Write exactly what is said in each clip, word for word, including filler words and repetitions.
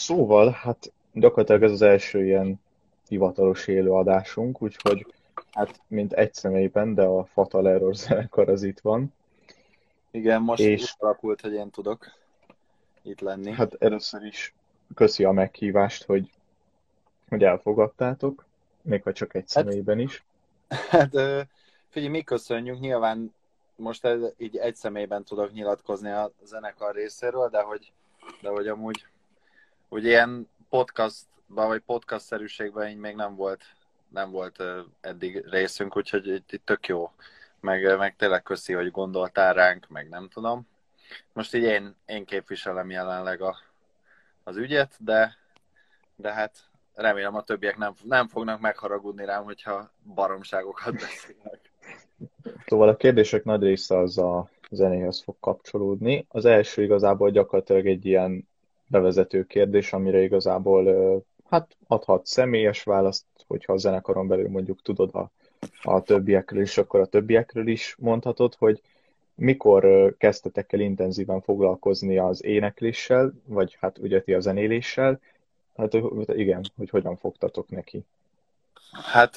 Szóval, hát gyakorlatilag ez az első ilyen hivatalos élő adásunk, úgyhogy hát mint egy személyben, de a Fatal Error zenekar az itt van, Igen, most úgy és alakult, hogy én tudok itt lenni. hát először is köszi a meghívást, hogy, hogy elfogadtátok, még ha csak egy Hát, személyben is. hát ö, figyelj, mi köszönjük, nyilván most ez, így egy személyben tudok nyilatkozni a zenekar részéről, de hogy, de hogy amúgy hogy ilyen podcastban vagy podcast-szerűségben így még nem volt, nem volt ö, eddig részünk, úgyhogy itt, itt tök jó. Meg, meg tényleg köszi, hogy gondoltál ránk, meg nem tudom. Most így én, én képviselem jelenleg a, az ügyet, de de hát remélem a többiek nem, nem fognak megharagudni rám, hogyha baromságokat beszélnek. Szóval a kérdések nagy része az a zenéhez fog kapcsolódni. Az első igazából gyakorlatilag egy ilyen bevezető kérdés, amire igazából ö, hát adhat személyes választ, hogyha a zenekaron belül mondjuk tudod a, a többiekről is, akkor a többiekről is mondhatod, hogy mikor ö, kezdtetek el intenzíven foglalkozni az énekléssel, vagy hát ugye ti a zenéléssel, hát ö, igen, hogy hogyan fogtatok neki. Hát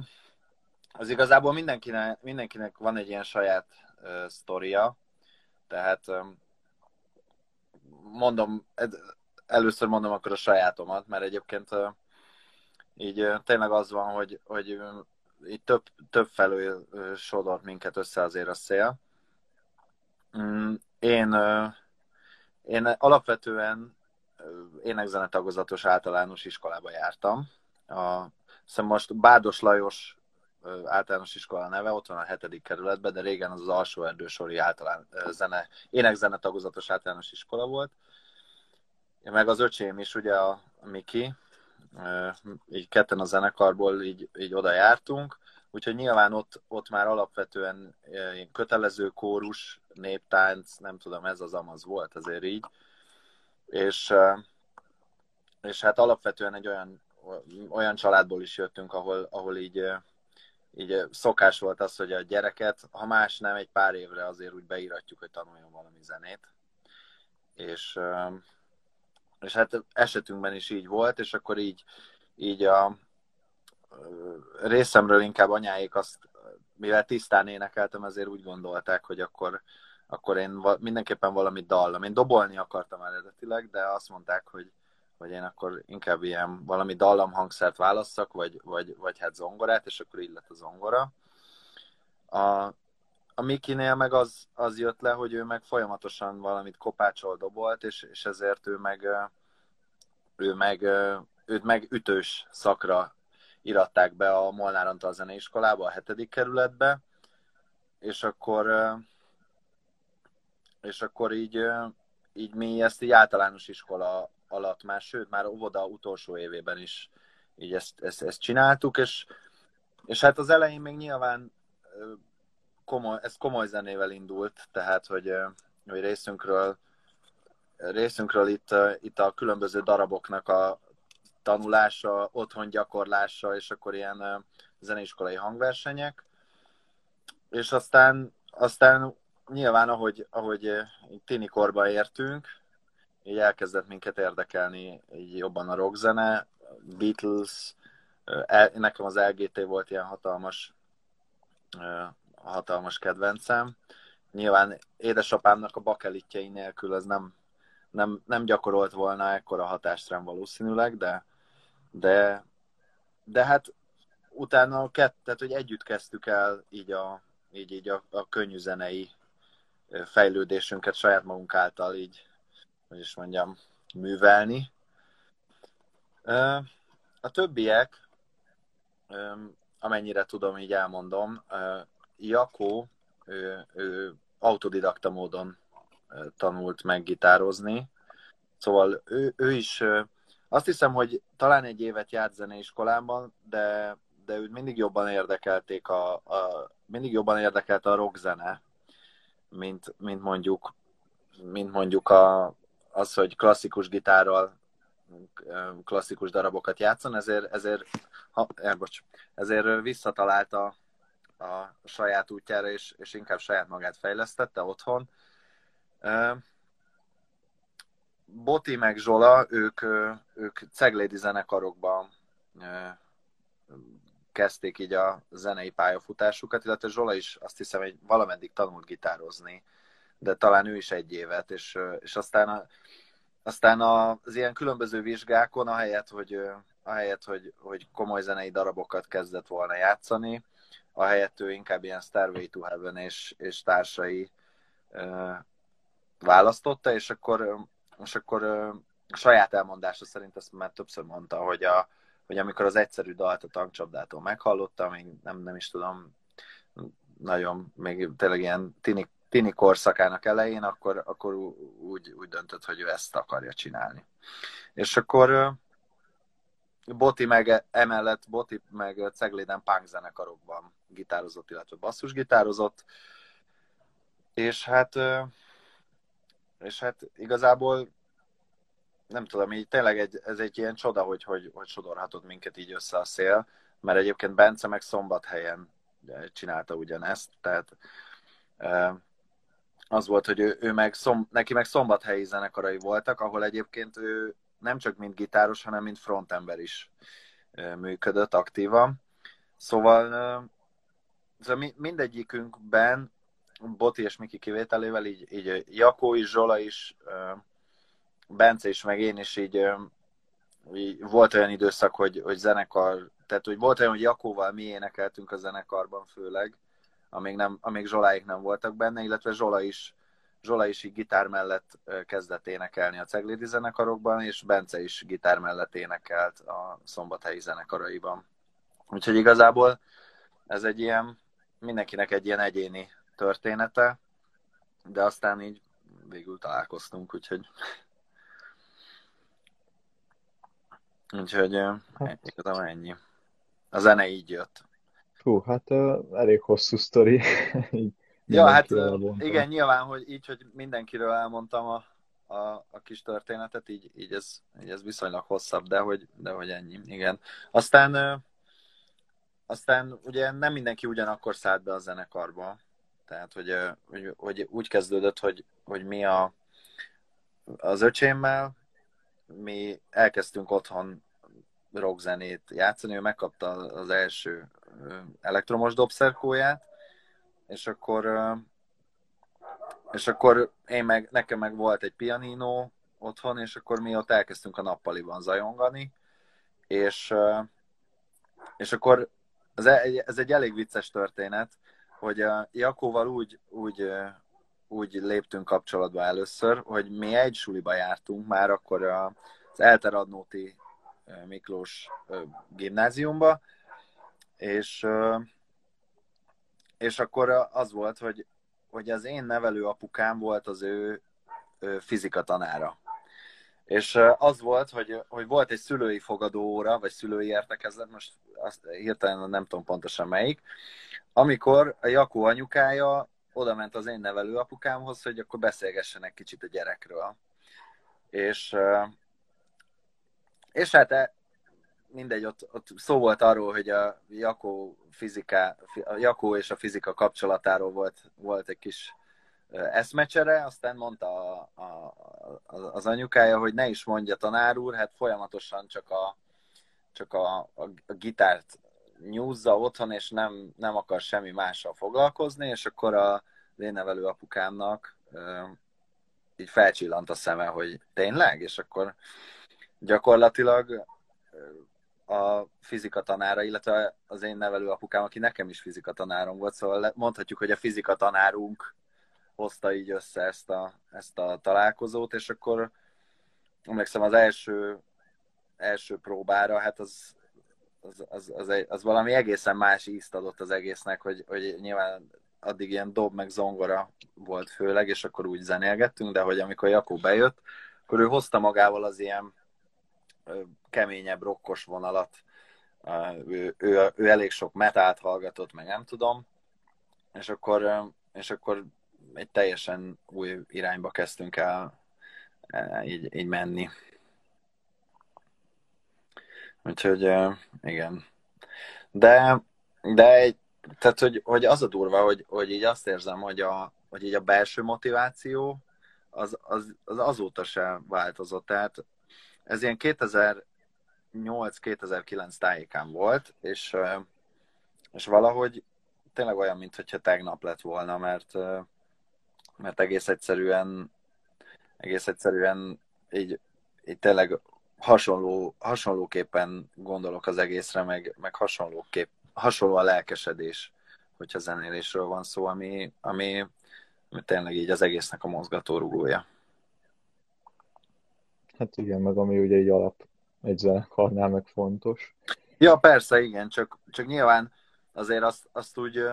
az igazából mindenkinek, mindenkinek van egy ilyen saját uh, sztoria, tehát um, mondom, először mondom akkor a sajátomat, mert egyébként uh, így uh, tényleg az van, hogy, hogy uh, így több, több felől uh, sodort minket össze azért a szél. Mm, én, uh, én alapvetően énekzene tagozatos általános iskolába jártam. A, hiszem most Bárdos Lajos általános iskola neve, ott van a hetedik kerületben, de régen az az alsó erdősori általán, zene, énekzene tagozatos általános iskola volt. Meg az öcsém is, ugye a Miki, így ketten a zenekarból így, így oda jártunk, úgyhogy nyilván ott, ott már alapvetően kötelező kórus, néptánc, nem tudom, ez az amaz volt azért így, és és hát alapvetően egy olyan, olyan családból is jöttünk, ahol, ahol így, így szokás volt az, hogy a gyereket, ha más nem, egy pár évre azért úgy beíratjuk, hogy tanuljon valami zenét. És, és hát esetünkben is így volt, és akkor így, így a részemről inkább anyáik azt, mivel tisztán énekeltem, ezért úgy gondolták, hogy akkor, akkor én mindenképpen valami dallam. Én dobolni akartam eredetileg, de azt mondták, hogy hogy én akkor inkább ilyen valami dallamhangszert válasszak, vagy, vagy, vagy hát zongorát, és akkor így lett a zongora. A, a Mikinél meg az, az jött le, hogy ő meg folyamatosan valamit kopácsol dobolt, és, és ezért ő meg, ő meg, őt meg ütős szakra iratták be a Molnár Antal zeneiskolába, a hetedik kerületbe, és akkor, és akkor így, így mi ezt így általános iskola alatt már, sőt, már óvoda utolsó évében is így ezt, ezt, ezt csináltuk, és, és hát az elején még nyilván komoly, ez komoly zenével indult, tehát, hogy, hogy részünkről, részünkről itt, itt a különböző daraboknak a tanulása, otthon gyakorlása, és akkor ilyen zeneiskolai hangversenyek, és aztán, aztán nyilván, ahogy, ahogy tinikorba értünk, így elkezdett minket érdekelni így jobban a rockzene, Beatles, nekem az el gé té volt ilyen hatalmas, hatalmas kedvencem. Nyilván édesapámnak a bakelitjei nélkül ez nem, nem, nem gyakorolt volna ekkora hatást rám valószínűleg, de, de, de hát utána kett, tehát, hogy együtt kezdtük el így a, így, így a, a könnyű zenei fejlődésünket saját magunk által így, hogy is mondjam, művelni. A többiek, amennyire tudom, így elmondom, Jakó, ő, ő autodidakta módon tanult meg gitározni, szóval ő, ő is, azt hiszem, hogy talán egy évet járt zeneiskolában, de, de őt mindig jobban érdekelték a, a mindig jobban érdekelte a rockzene, mint, mint mondjuk, mint mondjuk a, az, hogy klasszikus gitárral klasszikus darabokat játszon, ezért, ezért, ha, eh, bocs, ezért visszatalált a, a saját útjára, és, és inkább saját magát fejlesztette otthon. Boti meg Zsola, ők, ők ceglédi zenekarokban kezdték így a zenei pályafutásukat, illetve Zsola is azt hiszem, hogy valameddig tanult gitározni, de talán ő is egy évet, és, és aztán, a, aztán az ilyen különböző vizsgákon, ahelyett, hogy, ahelyett, hogy, hogy komoly zenei darabokat kezdett volna játszani, ahelyett ő inkább ilyen Stairway to Heaven és, és társai uh, választotta, és akkor, és akkor uh, a saját elmondása szerint ezt már többször mondta, hogy, a, hogy amikor az egyszerű dalt a Tankcsapdától meghallotta, még nem, nem is tudom, nagyon, még tényleg ilyen tini, tini korszakának elején, akkor, akkor úgy, úgy döntött, hogy ő ezt akarja csinálni. És akkor uh, Boti meg emellett, Boti meg Cegléden punk zenekarokban gitározott, illetve basszusgitározott, és hát, és hát igazából nem tudom, így tényleg egy, ez egy ilyen csoda, hogy, hogy, hogy sodorhatott minket így össze a szél, mert egyébként Bence meg Szombathelyen csinálta ugyanezt, tehát az volt, hogy ő, ő meg szom, neki meg szombathelyi zenekarai voltak, ahol egyébként ő nem csak mint gitáros, hanem mint frontember is működött aktívan. Szóval, szóval mindegyikünkben, Boti és Miki kivételével, így, így Jakó is, Zsola is, Bence is, meg én is így, így volt olyan időszak, hogy, hogy zenekar, tehát hogy volt olyan, hogy Jakóval mi énekeltünk a zenekarban főleg, amíg, nem, amíg Zsoláik nem voltak benne, illetve Zsola is, Zsola is így gitár mellett kezdett énekelni a ceglédi zenekarokban, és Bence is gitár mellett énekelt a szombathelyi zenekaraiban. Úgyhogy igazából ez egy ilyen, mindenkinek egy ilyen egyéni története, de aztán így végül találkoztunk, úgyhogy úgyhogy hát, igazából ennyi. A zene így jött. Hú, hát uh, elég hosszú sztori. Így ja, hát igen, nyilván, hogy így, hogy mindenkiről elmondtam a, a, a kis történetet, így, így, ez, így ez viszonylag hosszabb, de hogy, de hogy ennyi, igen. Aztán, aztán ugye nem mindenki ugyanakkor szállt be a zenekarba, tehát hogy, hogy, hogy úgy kezdődött, hogy, hogy mi a, az öcsémmel, mi elkezdtünk otthon rockzenét játszani, ő megkapta az első elektromos dobszerkóját, és akkor, és akkor én meg, nekem meg volt egy pianino otthon, és akkor mi ott elkezdtünk a nappaliban zajongani, és, és akkor ez egy, ez egy elég vicces történet, hogy a Jakóval úgy, úgy, úgy léptünk kapcsolatba először, hogy mi egy suliba jártunk már akkor az Elteradnóti Miklós gimnáziumba, és, és akkor az volt, hogy, hogy az én nevelőapukám volt az ő fizika tanára. És az volt, hogy, hogy volt egy szülői fogadóóra, vagy szülői értekezlet, most azt hirtelen nem tudom pontosan melyik, amikor a Jakó anyukája oda ment az én nevelőapukámhoz, hogy akkor beszélgessenek kicsit a gyerekről. És, és hát mindegy, ott, ott szó volt arról, hogy a Jakó, fizika, a Jakó és a fizika kapcsolatáról volt, volt egy kis eszmecsere, aztán mondta a, a, az anyukája, hogy ne is mondja tanár úr, hát folyamatosan csak a, csak a, a, a gitárt nyúzza otthon, és nem, nem akar semmi mással foglalkozni, és akkor a én nevelő apukámnak így felcsillant a szeme, hogy tényleg? És akkor gyakorlatilag a fizika tanára, illetve az én nevelő apukám, aki nekem is fizika tanárom volt, szóval mondhatjuk, hogy a fizika tanárunk hozta így össze ezt a, ezt a találkozót, és akkor emlékszem az első, első próbára, hát az, az, az, az, egy, az valami egészen más ízt adott az egésznek, hogy, hogy nyilván addig ilyen dob meg zongora volt főleg, és akkor úgy zenélgettünk, de hogy amikor Jakó bejött, akkor ő hozta magával az ilyen keményebb, rokkos vonalat. Ő, ő, ő elég sok metált hallgatott, meg nem tudom, és akkor, és akkor egy teljesen új irányba kezdtünk el így, így menni. Úgyhogy igen. De, de egy, tehát, hogy, hogy az a durva, hogy, hogy így azt érzem, hogy, a, hogy így a belső motiváció az, az, az azóta sem változott. Tehát ez ilyen kétezer-nyolc-kétezer-kilenc tájékán volt, és, és valahogy tényleg olyan, mintha tegnap lett volna, mert, mert egész egyszerűen egész egyszerűen így, így tényleg hasonló, hasonlóképpen gondolok az egészre, meg, meg hasonlóképp, hasonló a lelkesedés, hogyha zenélésről van szó, ami, ami, ami tényleg így az egésznek a mozgatórugója. Hát igen, meg ami ugye egy alap egy zenekarnál meg fontos. Ja, persze, igen, csak, csak nyilván azért azt, azt úgy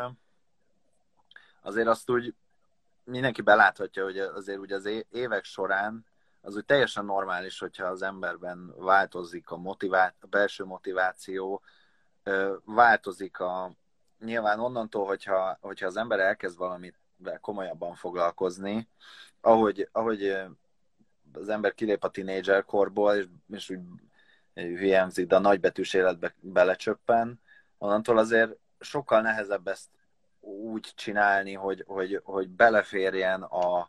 azért azt úgy mindenki beláthatja, hogy azért ugye az évek során az úgy teljesen normális, hogyha az emberben változik a, motivá- a belső motiváció, változik a... Nyilván onnantól, hogyha, hogyha az ember elkezd valamit komolyabban foglalkozni, ahogy, ahogy az ember kilép a tínédzser korból, és, és úgy hülye hangzik, de a nagybetűs életbe belecsöppen, onnantól azért sokkal nehezebb ezt úgy csinálni, hogy, hogy, hogy beleférjen a,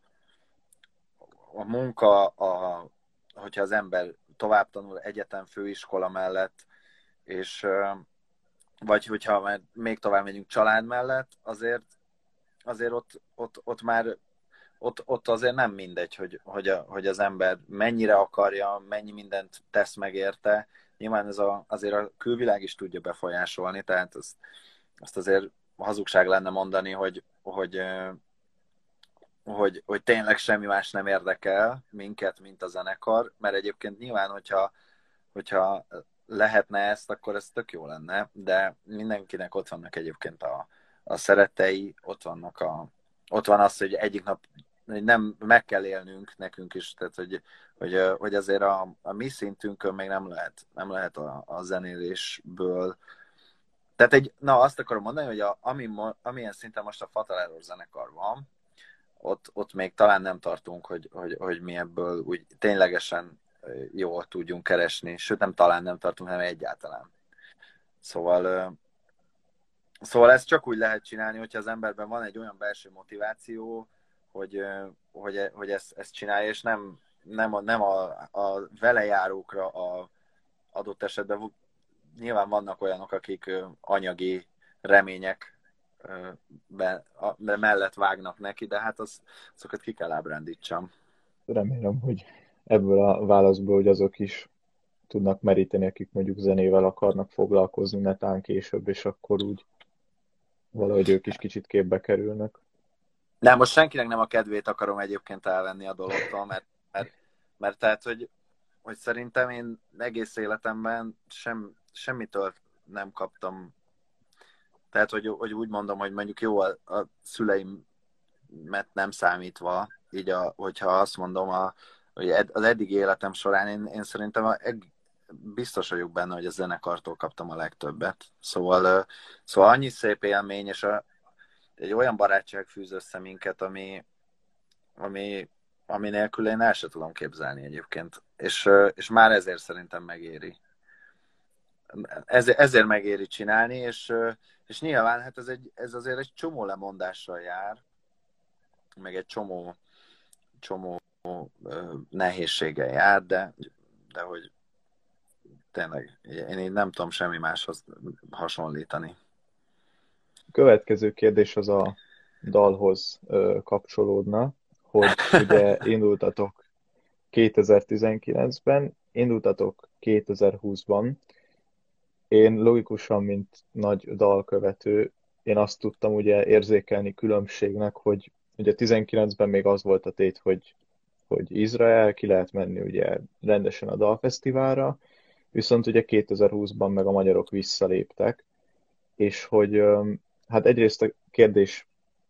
a munka, a, hogyha az ember tovább tanul egyetem, főiskola mellett, és vagy hogyha már még tovább megyünk család mellett, azért, azért ott, ott, ott már ott, ott azért nem mindegy, hogy, hogy, a, hogy az ember mennyire akarja, mennyi mindent tesz meg érte. Nyilván ez a, azért a külvilág is tudja befolyásolni, tehát azt, azt azért hazugság lenne mondani, hogy, hogy, hogy, hogy tényleg semmi más nem érdekel minket, mint a zenekar, mert egyébként nyilván, hogyha, hogyha lehetne ezt, akkor ez tök jó lenne, de mindenkinek ott vannak egyébként a, a szerettei, ott vannak a, ott van az, hogy egyik nap nem meg kell élnünk nekünk is, tehát hogy, hogy, hogy azért a, a mi szintünkön még nem lehet, nem lehet a, a zenélésből. Tehát egy, na azt akarom mondani, hogy a, ami, amilyen szinten most a Fatal Error zenekar van, ott, ott még talán nem tartunk, hogy, hogy, hogy mi ebből úgy ténylegesen jól tudjunk keresni, sőt nem talán nem tartunk, hanem egyáltalán. Szóval, szóval ezt csak úgy lehet csinálni, hogyha az emberben van egy olyan belső motiváció, hogy, hogy, hogy ezt, ezt csinálja, és nem, nem, a, nem a, a velejárókra a adott esetben. Nyilván vannak olyanok, akik anyagi remények be, a, be mellett vágnak neki, de hát az, azokat ki kell ábrándítsam. Remélem, hogy ebből a válaszból, hogy azok is tudnak meríteni, akik mondjuk zenével akarnak foglalkozni netán később, és akkor úgy valahogy ők is kicsit képbe kerülnek. Nem, most senkinek nem a kedvét akarom egyébként elvenni a dologtól, mert, mert, mert tehát, hogy, hogy szerintem én egész életemben sem, semmitől nem kaptam. Tehát, hogy, hogy úgy mondom, hogy mondjuk jó a, a szüleimet nem számítva, így a, hogyha azt mondom, a, hogy ed, az eddigi életem során én, én szerintem a, biztos vagyok benne, hogy a zenekartól kaptam a legtöbbet. Szóval, szóval annyi szép élmény, és a, egy olyan barátság fűz össze minket, ami, ami, ami nélkül én el sem tudom képzelni egyébként. És, és már ezért szerintem megéri. Ezért, ezért megéri csinálni, és, és nyilván hát ez, egy, ez azért egy csomó lemondással jár, meg egy csomó, csomó nehézséggel jár, de, de hogy tényleg, én így nem tudom semmi máshoz hasonlítani. A következő kérdés az a dalhoz ö, kapcsolódna, hogy ugye indultatok kétezer-tizenkilencben, indultatok kétezer-húszban. Én logikusan, mint nagy dalkövető, én azt tudtam ugye érzékelni különbségnek, hogy ugye tizenkilencben még az volt a tét, hogy, hogy Izrael, ki lehet menni ugye rendesen a dalfesztiválra, viszont ugye kétezer-húszban meg a magyarok visszaléptek, és hogy hát egyrészt a kérdés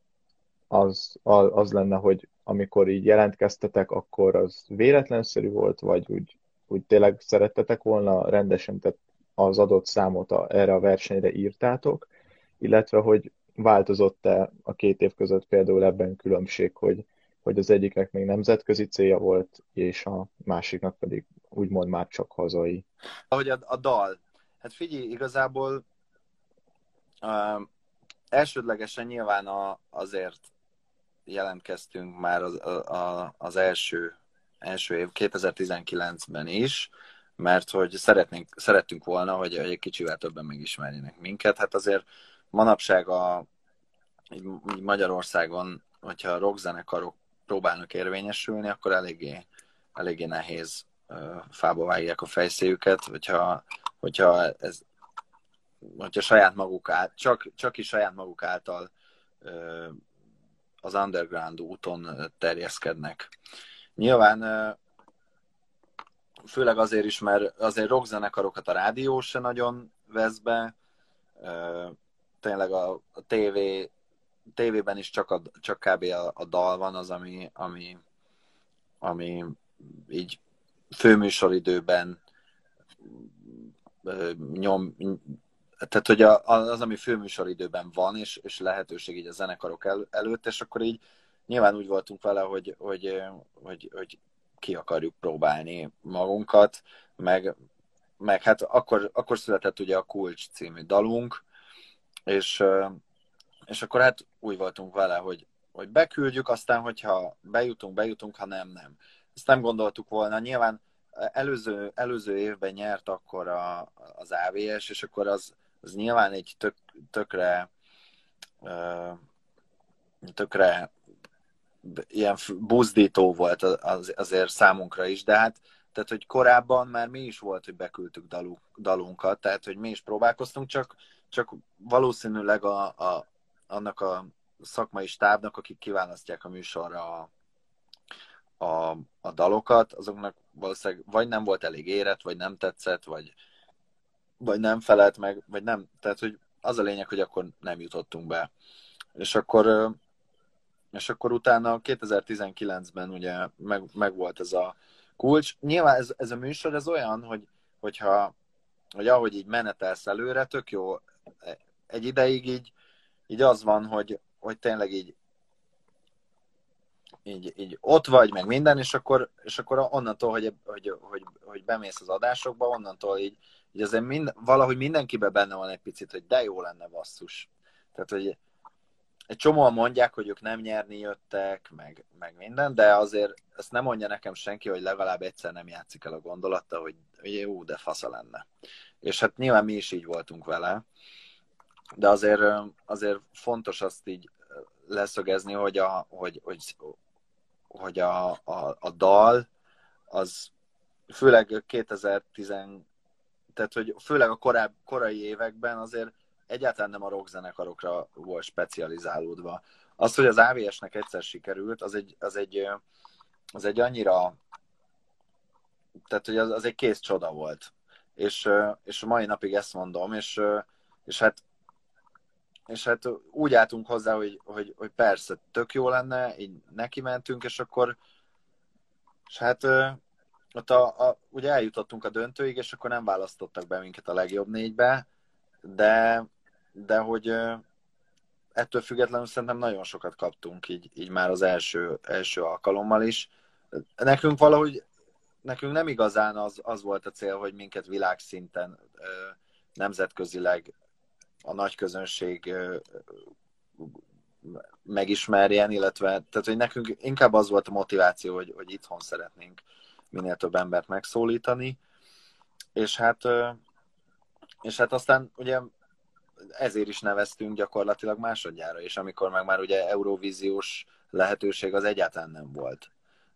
az, az lenne, hogy amikor így jelentkeztetek, akkor az véletlenszerű volt, vagy úgy, úgy tényleg szerettetek volna rendesen, tehát az adott számot a, erre a versenyre írtátok, illetve hogy változott-e a két év között például ebben különbség, hogy, hogy az egyiknek még nemzetközi célja volt, és a másiknak pedig úgymond már csak hazai. Ahogy a, a dal. Hát figyelj, igazából uh, elsődlegesen nyilván a, azért jelentkeztünk már az, a, az első, első év, kétezer-tizenkilencben is, mert hogy szeretnénk, szerettünk volna, hogy egy kicsivel többen megismerjenek minket. Hát azért manapság a, így, így Magyarországon, hogyha a rockzenekarok próbálnak érvényesülni, akkor eléggé, eléggé nehéz uh, fába vágják a fejszéjüket, hogyha, hogyha, ez, hogyha saját maguk át, csak, csak is saját maguk által uh, az underground úton terjeszkednek. Nyilván uh, főleg azért is, mert azért rockzenekarokat a rádió se nagyon vesz be, uh, tényleg a, a tévé tévében is csak, a, csak kb. A, a dal van az, ami, ami, ami így főműsoridőben nyom, tehát hogy a, az, ami főműsoridőben van, és, és lehetőség így a zenekarok el, előtt, és akkor így nyilván úgy voltunk vele, hogy, hogy, hogy, hogy ki akarjuk próbálni magunkat, meg, meg hát akkor, akkor született ugye a Kulcs című dalunk, és És akkor hát úgy voltunk vele, hogy, hogy beküldjük, aztán, hogyha bejutunk, bejutunk, ha nem, nem. Ezt nem gondoltuk volna. Nyilván előző, előző évben nyert akkor a, az á vé es, és akkor az, az nyilván egy tök, tökre tökre ilyen buzdító volt az, azért számunkra is, de hát tehát, hogy korábban már mi is volt, hogy beküldtük dalunk, dalunkat, tehát, hogy mi is próbálkoztunk, csak, csak valószínűleg a, a annak a szakmai stábnak, akik kiválasztják a műsorra a, a, a dalokat, azoknak valószínűleg vagy nem volt elég érett, vagy nem tetszett, vagy, vagy nem felelt meg, vagy nem, tehát hogy az a lényeg, hogy akkor nem jutottunk be. És akkor, és akkor utána kétezer-tizenkilencben ugye meg, meg volt ez a Kulcs. Nyilván ez, ez a műsor, ez olyan, hogy, hogyha, hogy ahogy így menetelsz előre, tök jó, egy ideig így így az van, hogy, hogy tényleg így, így, így ott vagy, meg minden, és akkor, és akkor onnantól, hogy, hogy, hogy, hogy bemész az adásokba, onnantól így, így azért mind, valahogy mindenkiben benne van egy picit, hogy de jó lenne basszus. Tehát, hogy egy csomóan mondják, hogy ők nem nyerni jöttek, meg, meg minden, de azért ezt nem mondja nekem senki, hogy legalább egyszer nem játszik el a gondolattal, hogy, hogy jó, de fasza lenne. És hát nyilván mi is így voltunk vele. De azért, azért fontos azt így leszögezni, hogy a, hogy, hogy, hogy a, a, a dal az főleg kétezer-tíz, tehát hogy főleg a korább, korai években azért egyáltalán nem a rockzenekarokra volt specializálódva. Az, hogy az á vé es-nek egyszer sikerült, az egy, az egy, az egy annyira, tehát hogy az, az egy kész csoda volt. És, és a mai napig ezt mondom, és, és hát és hát úgy álltunk hozzá, hogy, hogy, hogy persze, tök jó lenne, így neki mentünk, és akkor és hát ott a, a, ugye eljutottunk a döntőig, és akkor nem választottak be minket a legjobb négybe, de, de hogy ettől függetlenül szerintem nagyon sokat kaptunk így, így már az első, első alkalommal is. Nekünk valahogy, nekünk nem igazán az, az volt a cél, hogy minket világszinten, nemzetközileg a nagy közönség megismerjen, illetve tehát, hogy nekünk inkább az volt a motiváció, hogy, hogy itthon szeretnénk minél több embert megszólítani, és hát, és hát aztán ugye ezért is neveztünk gyakorlatilag másodjára, és amikor meg már ugye Eurovíziós lehetőség az egyáltalán nem volt.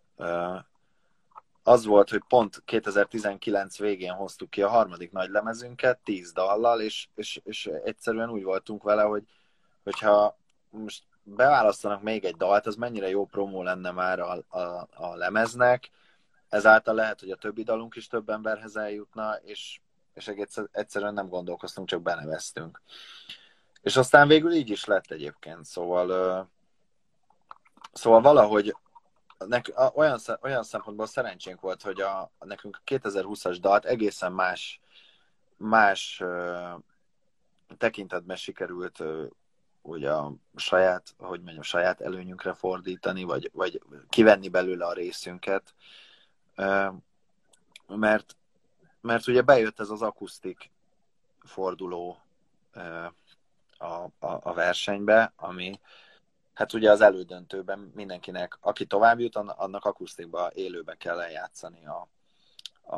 Az volt, hogy pont kétezer-tizenkilenc végén hoztuk ki a harmadik nagy lemezünket, tíz dallal, és, és, és egyszerűen úgy voltunk vele, hogy hogyha most beválasztanak még egy dalt, az mennyire jó promó lenne már a, a, a lemeznek, ezáltal lehet, hogy a többi dalunk is több emberhez eljutna, és, és egyszerűen nem gondolkoztunk, csak beneveztünk. És aztán végül így is lett egyébként, szóval, szóval valahogy nek, olyan, olyan szempontból szerencsénk volt, hogy a, nekünk a kétezer-húszas dalt egészen más, más uh, tekintetben sikerült uh, ugye a saját, hogy mondjam, saját előnyünkre fordítani, vagy, vagy kivenni belőle a részünket, uh, mert, mert ugye bejött ez az akusztik forduló uh, a, a, a versenybe, ami hát ugye az elődöntőben mindenkinek, aki tovább jut, annak akusztikba, élőbe kell eljátszani a, a,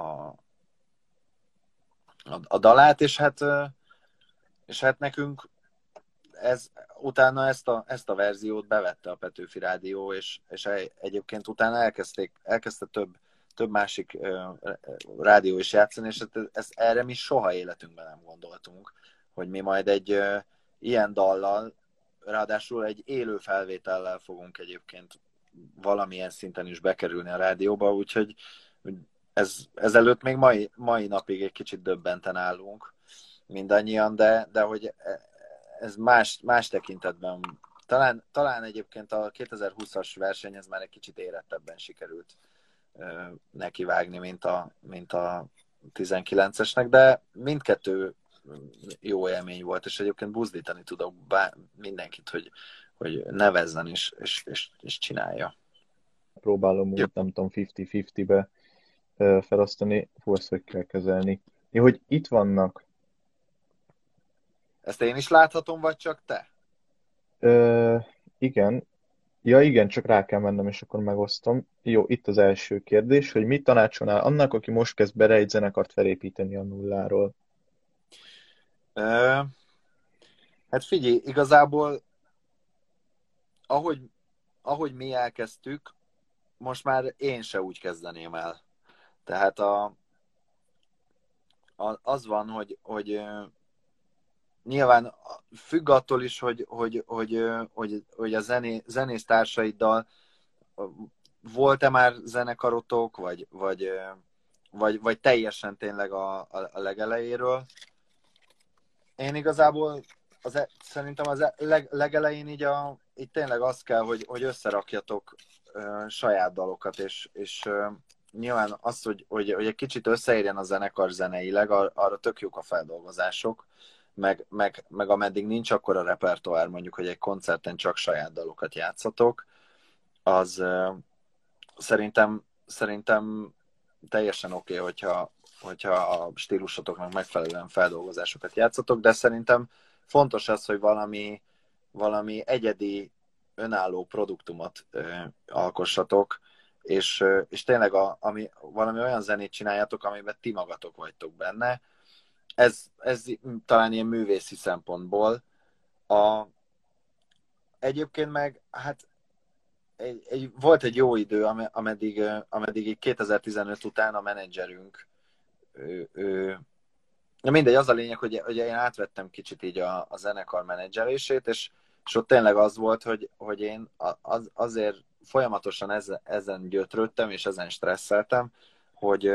a, a dalát, és hát, és hát nekünk ez, utána ezt a, ezt a verziót bevette a Petőfi Rádió, és, és egyébként utána elkezdték, elkezdte több, több másik uh, rádió is játszani, és ezt, ezt erre mi soha életünkben nem gondoltunk, hogy mi majd egy uh, ilyen dallal, ráadásul egy élő felvétellel fogunk egyébként valamilyen szinten is bekerülni a rádióba, úgyhogy ez, ezelőtt még mai, mai napig egy kicsit döbbenten állunk mindannyian, de, de hogy ez más, más tekintetben, talán, talán egyébként a kétezer-húszas verseny ez már egy kicsit érettebben sikerült nekivágni, mint a, mint a tizenkilencesnek, de mindkettő jó élmény volt, és egyébként buzdítani tudok bár, mindenkit, hogy, hogy nevezzen és, és, és, és csinálja. Próbálom úgy, nem tudom, fifty-fifty-be felosztani, forsz, hogy kell kezelni. Jó, hogy itt vannak. Ezt én is láthatom, vagy csak te? Ö, igen. Ja, igen, csak rá kell mennem, és akkor megosztom. Jó, itt az első kérdés, hogy mit tanácsolnál annak, aki most kezd bele egy zenekart felépíteni a nulláról? Ö, hát figyelj, igazából ahogy, ahogy mi elkezdtük, most már én se úgy kezdeném el. Tehát a, a, az van, hogy, hogy nyilván függ attól is, hogy, hogy, hogy, hogy, hogy a zené, zenész társaiddal volt-e már zenekarotok, vagy, vagy, vagy, vagy teljesen tényleg a, a, a legelejéről. Én igazából az, szerintem az leg, legelején így, a, így tényleg az kell, hogy, hogy összerakjatok uh, saját dalokat, és, és uh, nyilván az, hogy, hogy, hogy egy kicsit összeérjen a zenekar zeneileg, ar, arra tök jók a feldolgozások, meg, meg, meg ameddig nincs akkor a repertoár, mondjuk, hogy egy koncerten csak saját dalokat játszatok, az uh, szerintem, szerintem teljesen oké, okay, hogyha, hogyha a stílusotoknak megfelelően feldolgozásokat játszatok, de szerintem fontos az, hogy valami, valami egyedi, önálló produktumot ö, alkossatok, és, ö, és tényleg a, ami, valami olyan zenét csináljátok, amiben ti magatok vagytok benne. Ez, ez talán ilyen művészi szempontból. A, egyébként meg, hát egy, egy, volt egy jó idő, ameddig, ameddig kétezer-tizenöt után a menedzserünk ő, ő, ja mindegy, az a lényeg, hogy, hogy én átvettem kicsit így a, a zenekar menedzselését, és, és ott tényleg az volt, hogy, hogy én az, azért folyamatosan ezen, ezen gyötrődtem, és ezen stresszeltem, hogy,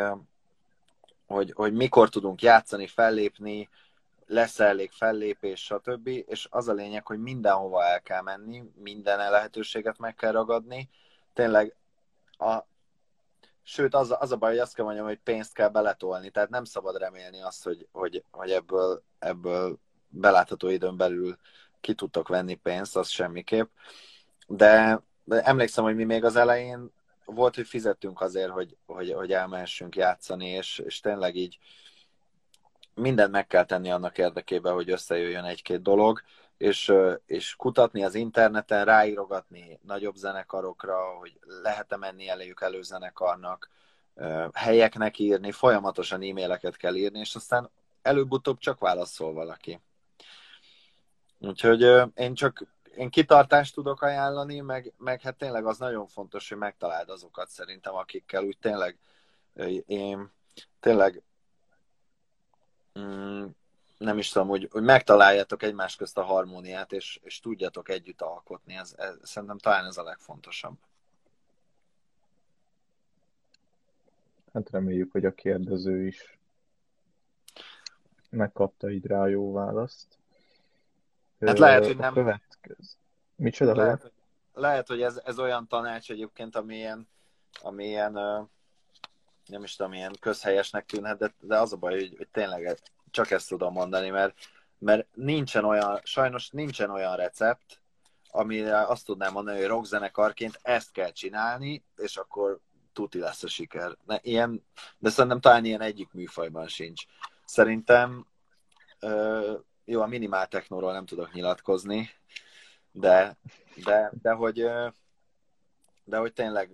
hogy, hogy mikor tudunk játszani, fellépni, lesz elég fellépés, stb. És az a lényeg, hogy mindenhova el kell menni, minden lehetőséget meg kell ragadni. Tényleg, a, sőt, az, az a baj, hogy azt kell mondjam, hogy pénzt kell beletolni, tehát nem szabad remélni azt, hogy, hogy, hogy ebből, ebből belátható időn belül ki tudtok venni pénzt, az semmiképp. De, de emlékszem, hogy mi még az elején volt, hogy fizettünk azért, hogy, hogy, hogy elmehessünk játszani, és, és tényleg így mindent meg kell tenni annak érdekében, hogy összejöjjön egy-két dolog, és, és kutatni az interneten, ráírogatni nagyobb zenekarokra, hogy lehet-e menni eléjük előzenekarnak, helyeknek írni, folyamatosan e-maileket kell írni, és aztán előbb-utóbb csak válaszol valaki. Úgyhogy én csak én kitartást tudok ajánlani, meg, meg hát tényleg az nagyon fontos, hogy megtaláld azokat szerintem, akikkel úgy tényleg én tényleg mm, nem is tudom, hogy, hogy megtaláljátok egymás közt a harmóniát, és, és tudjatok együtt alkotni. Ez, ez, szerintem talán ez a legfontosabb. Hát reméljük, hogy a kérdező is megkapta így rá a jó választ. Hát lehet, hogy A nem... következő. Micsoda? Lehet, hogy, lehet, hogy ez, ez olyan tanács egyébként, ami ilyen, ami ilyen nem is tudom, ilyen közhelyesnek tűnhet, de, de az a baj, hogy, hogy tényleg csak ezt tudom mondani, mert, mert nincsen olyan, sajnos nincsen olyan recept, amire azt tudnám mondani, hogy rockzenekarként ezt kell csinálni, és akkor tuti lesz a siker. Ne, ilyen, de szerintem talán ilyen egyik műfajban sincs. Szerintem ö, jó, a minimál technóról nem tudok nyilatkozni, de, de, de, hogy, de hogy tényleg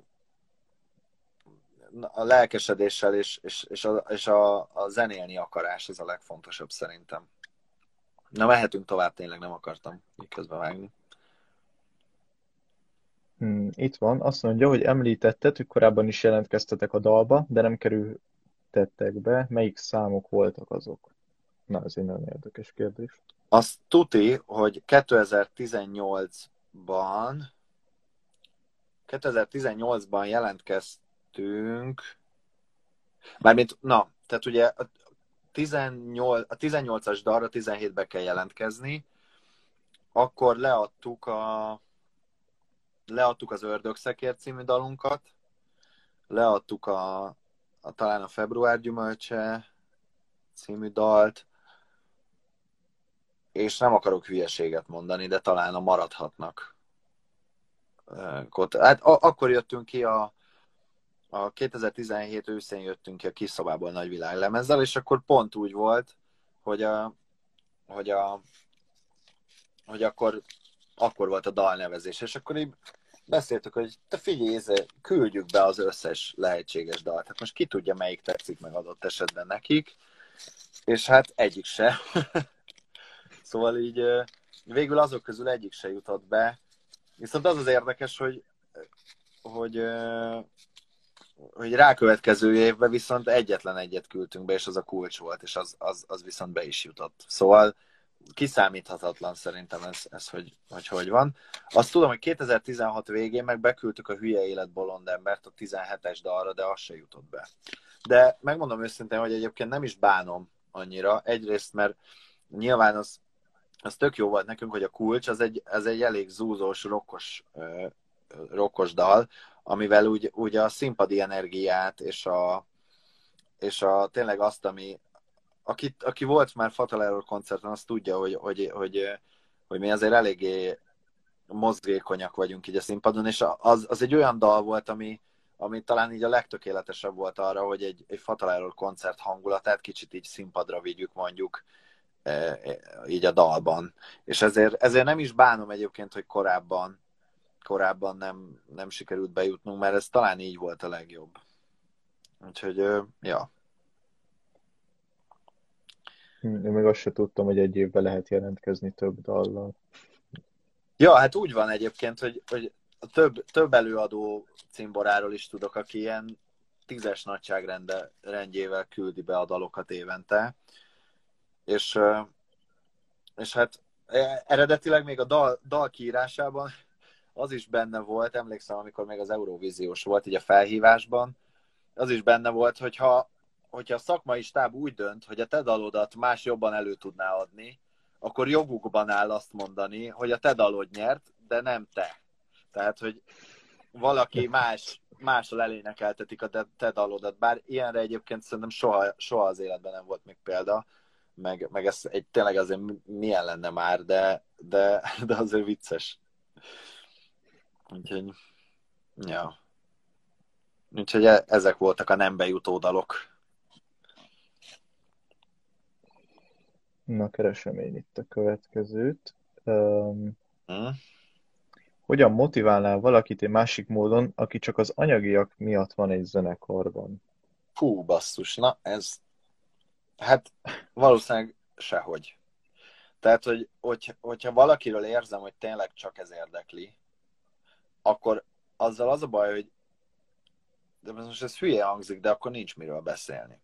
a lelkesedéssel és, és, és, a, és a, a zenélni akarás ez a legfontosabb szerintem. Na, mehetünk tovább, tényleg nem akartam így közbevágni. Hmm, itt van, azt mondja, hogy említetted, hogy korábban is jelentkeztetek a dalba, de nem kerültettek be. Melyik számok voltak azok? Na, ez egy nagyon érdekes kérdés. Azt tuti, hogy kétezer-tizennyolcban kétezer-tizennyolcban jelentkeztünk, mármint, na, tehát ugye a, tizennyolc, a tizennyolcas dalra tizenhétbe kell jelentkezni, akkor leadtuk a leadtuk az Ördögszekér című dalunkat, leadtuk a, a talán a Február gyümölcse című dalt, és nem akarok hülyeséget mondani, de talán a Maradhatnak. Hát a, akkor jöttünk ki a, a kétezer-tizenhét őszén jöttünk ki a Kis szobából nagyvilág lemezzel, és akkor pont úgy volt, hogy a, hogy a hogy akkor, akkor volt a dalnevezés, és akkor így beszéltük, hogy te figyelj, küldjük be az összes lehetséges dalt. Hát most ki tudja, melyik tetszik meg adott esetben nekik, és hát egyik se. Szóval így végül azok közül egyik se jutott be. Viszont az az érdekes, hogy, hogy, hogy rákövetkező évben viszont egyetlen egyet küldtünk be, és az a Kulcs volt, és az, az, az viszont be is jutott. Szóval kiszámíthatatlan szerintem ez, ez hogy, hogy hogy van. Azt tudom, hogy kétezer-tizenhat végén meg beküldtük a Hülye élet bolond embert a tizenhetes dalra, de az se jutott be. De megmondom őszintén, hogy egyébként nem is bánom annyira. Egyrészt, mert nyilván az, az tök jó volt nekünk, hogy a Kulcs, az egy, az egy elég zúzós, rokkos, rokkos dal, amivel úgy, úgy a színpadi energiát és a, és a tényleg azt, ami, aki, aki volt már Fatal Error koncerten, azt tudja, hogy, hogy, hogy, hogy mi azért eléggé mozgékonyak vagyunk így a színpadon, és az, az egy olyan dal volt, ami, ami talán így a legtökéletesebb volt arra, hogy egy, egy Fatal Error koncert hangulatát kicsit így színpadra vigyük mondjuk így a dalban. És ezért, ezért nem is bánom egyébként, hogy korábban, korábban nem, nem sikerült bejutnunk, mert ez talán így volt a legjobb. Úgyhogy, ja. Én még azt se tudtam, hogy egy évben lehet jelentkezni több dallal. Ja, hát úgy van egyébként, hogy, hogy a több, több előadó cimboráról is tudok, aki ilyen tízes nagyságrendjével küldi be a dalokat évente. És, és hát eredetileg még a dal, dal kiírásában az is benne volt, emlékszem, amikor még az Eurovíziós volt, így a felhívásban, az is benne volt, hogyha, hogyha a szakmai stáb úgy dönt, hogy a te dalodat más jobban elő tudná adni, akkor jogukban áll azt mondani, hogy a te dalod nyert, de nem te. Tehát, hogy valaki más, mással elénekeltetik a te, te dalodat. Bár ilyenre egyébként szerintem soha, soha az életben nem volt még példa, meg, meg ez egy, tényleg azért milyen lenne már, de, de, de azért vicces. Úgyhogy, ja. Úgyhogy ezek voltak a nem bejutó dalok. Na, keresem én itt a következőt. Um, Hm? hogyan motiválnál valakit egy másik módon, aki csak az anyagiak miatt van egy zenekarban? Fú, basszus, na ez, hát valószínűleg sehogy. Tehát, hogy, hogy hogyha valakiről érzem, hogy tényleg csak ez érdekli, akkor azzal az a baj, hogy de most ez hülye hangzik, de akkor nincs miről beszélni.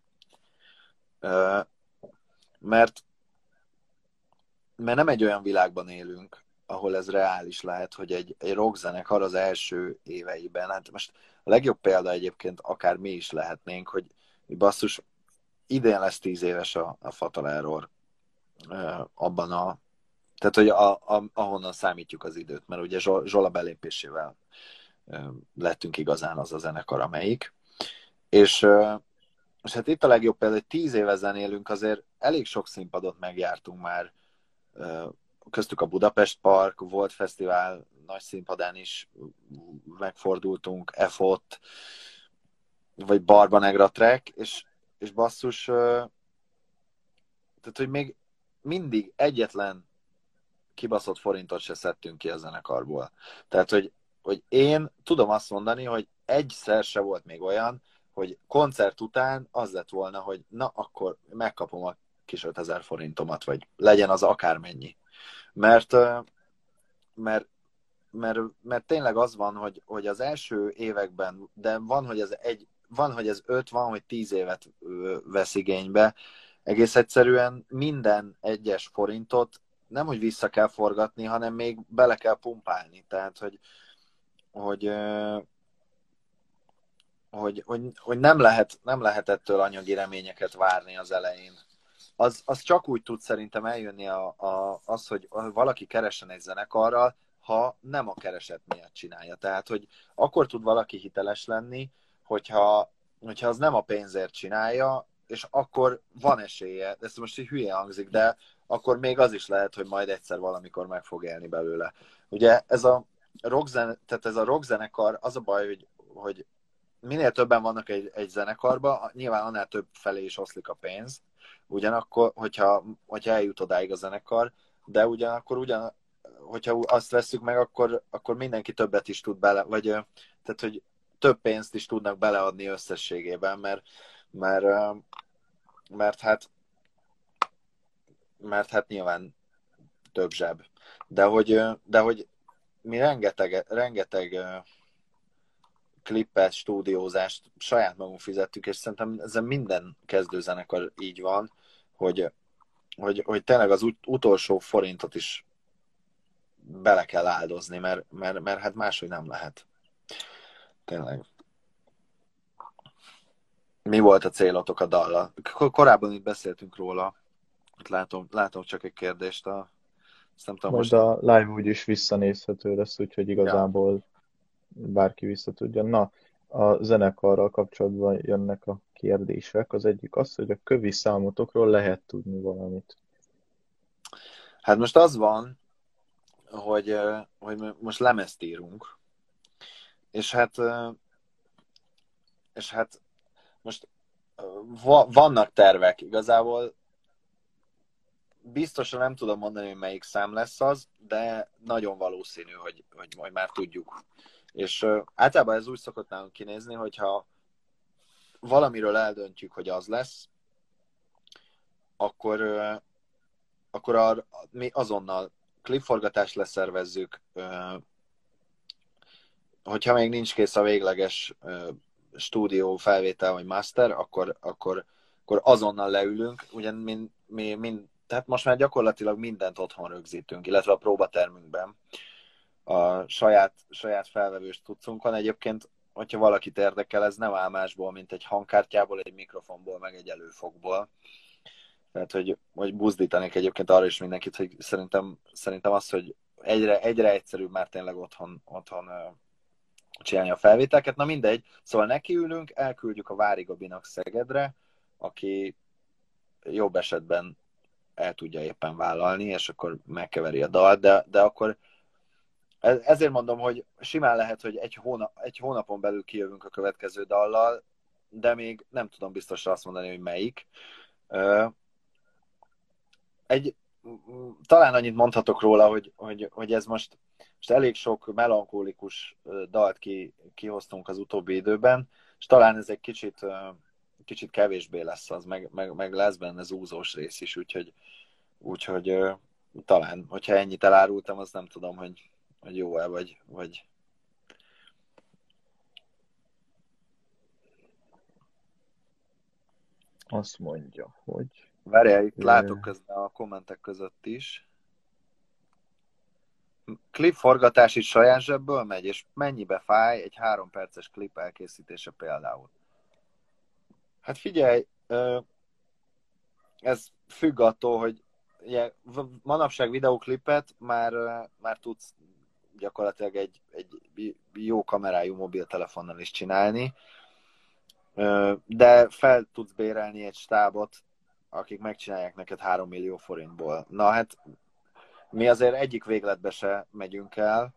Mert, mert nem egy olyan világban élünk, ahol ez reális lehet, hogy egy, egy rockzenekar az első éveiben, hát most a legjobb példa egyébként akár mi is lehetnénk, hogy basszus, idén lesz tíz éves a, a Fatal Error abban a, tehát hogy a, a, ahonnan számítjuk az időt, mert ugye Zsola belépésével lettünk igazán az a zenekar, amelyik. És, és hát itt a legjobb példa, hogy tíz éve zenélünk, azért elég sok színpadot megjártunk már, köztük a Budapest Park, volt fesztivál, nagy színpadán is megfordultunk, F ott, vagy Barba Negra Track, és, és basszus, tehát hogy még mindig egyetlen kibaszott forintot se szedtünk ki a zenekarból. Tehát, hogy, hogy én tudom azt mondani, hogy egyszer se volt még olyan, hogy koncert után az lett volna, hogy na, akkor megkapom a kis ötezer forintomat, vagy legyen az akármennyi. Mert, mert, mert, mert tényleg az van, hogy, hogy az első években, de van, hogy ez egy, van, hogy ez öt, van, hogy tíz évet vesz igénybe, egész egyszerűen minden egyes forintot nem, hogy vissza kell forgatni, hanem még bele kell pumpálni. Tehát, hogy, hogy, hogy, hogy, hogy nem, lehet, nem lehet ettől anyagi reményeket várni az elején. Az, az csak úgy tud szerintem eljönni a, a, az, hogy valaki keressen egy zenekarral, ha nem a kereset miatt csinálja. Tehát, hogy akkor tud valaki hiteles lenni, hogyha, hogyha az nem a pénzért csinálja, és akkor van esélye, ez most így hülye hangzik, de akkor még az is lehet, hogy majd egyszer valamikor meg fog élni belőle. Ugye ez a rockzen, tehát ez a rockzenekar, az a baj, hogy, hogy minél többen vannak egy, egy zenekarban, nyilván annál több felé is oszlik a pénz, ugyanakkor, hogyha, hogyha eljut odáig a zenekar, de ugyanakkor ugyan, hogyha azt vesszük meg, akkor, akkor mindenki többet is tud bele, vagy tehát, hogy több pénzt is tudnak beleadni összességében, mert, mert, mert hát mert hát nyilván több zseb. De hogy, de hogy mi rengeteg, rengeteg klippet, stúdiózást saját magunk fizettük, és szerintem ezen minden kezdőzenekar így van, hogy, hogy, hogy tényleg az ut- utolsó forintot is bele kell áldozni, mert, mert, mert hát máshogy nem lehet. Tényleg. Mi volt a célotok a dallal? Korábban itt beszéltünk róla. Itt látom, látom csak egy kérdést. A... Nem tudom, Majd most... a live úgyis visszanézhető lesz, úgyhogy igazából Ja. bárki vissza tudja. Na, a zenekarral kapcsolatban jönnek a kérdések. Az egyik az, hogy a kövi számotokról lehet tudni valamit. Hát most az van, hogy, hogy most lemezt írunk, és hát, és hát most vannak tervek igazából, biztosan nem tudom mondani, hogy melyik szám lesz az, de nagyon valószínű, hogy, hogy majd már tudjuk. És általában ez úgy szokott nálunk kinézni, hogyha valamiről eldöntjük, hogy az lesz, akkor, akkor a, mi azonnal klipforgatást leszervezzük, hogyha még nincs kész a végleges stúdió felvétel vagy master, akkor, akkor, akkor azonnal leülünk, ugyan mi, mi, mi, tehát most már gyakorlatilag mindent otthon rögzítünk, illetve a próbatermünkben a saját, saját felvevős tudcunkon. Egyébként, hogyha valakit érdekel, ez nem áll másból, mint egy hangkártyából, egy mikrofonból, meg egy előfogból. Tehát, hogy, hogy buzdítanék egyébként arra is mindenkit, hogy szerintem, szerintem az, hogy egyre, egyre egyszerűbb már tényleg otthon, otthon csinálni a felvételket. Na mindegy, szóval nekiülünk, elküldjük a Vári Gabinak Szegedre, aki jobb esetben el tudja éppen vállalni, és akkor megkeveri a dalt, de, de akkor ezért mondom, hogy simán lehet, hogy egy, hónap, egy hónapon belül kijövünk a következő dallal, de még nem tudom biztosra azt mondani, hogy melyik. Egy, talán annyit mondhatok róla, hogy, hogy, hogy ez most, most elég sok melankólikus dalt ki, kihoztunk az utóbbi időben, és talán ez egy kicsit, kicsit kevésbé lesz az, meg, meg, meg lesz benne zúzós rész is, úgyhogy, úgyhogy talán, hogyha ennyit elárultam, azt nem tudom, hogy, hogy jó-e, vagy, vagy... Azt mondja, hogy... Várjál, itt látok közben a kommentek között is. Klip forgatás is saját zsebből megy, és mennyibe fáj egy három perces klip elkészítése például? Hát figyelj, ez függ attól, hogy ugye, manapság videóklipet már, már tudsz gyakorlatilag egy, egy jó kamerájú mobiltelefonnal is csinálni, de fel tudsz bérelni egy stábot, akik megcsinálják neked három millió forintból. Na hát mi azért egyik végletbe se megyünk el.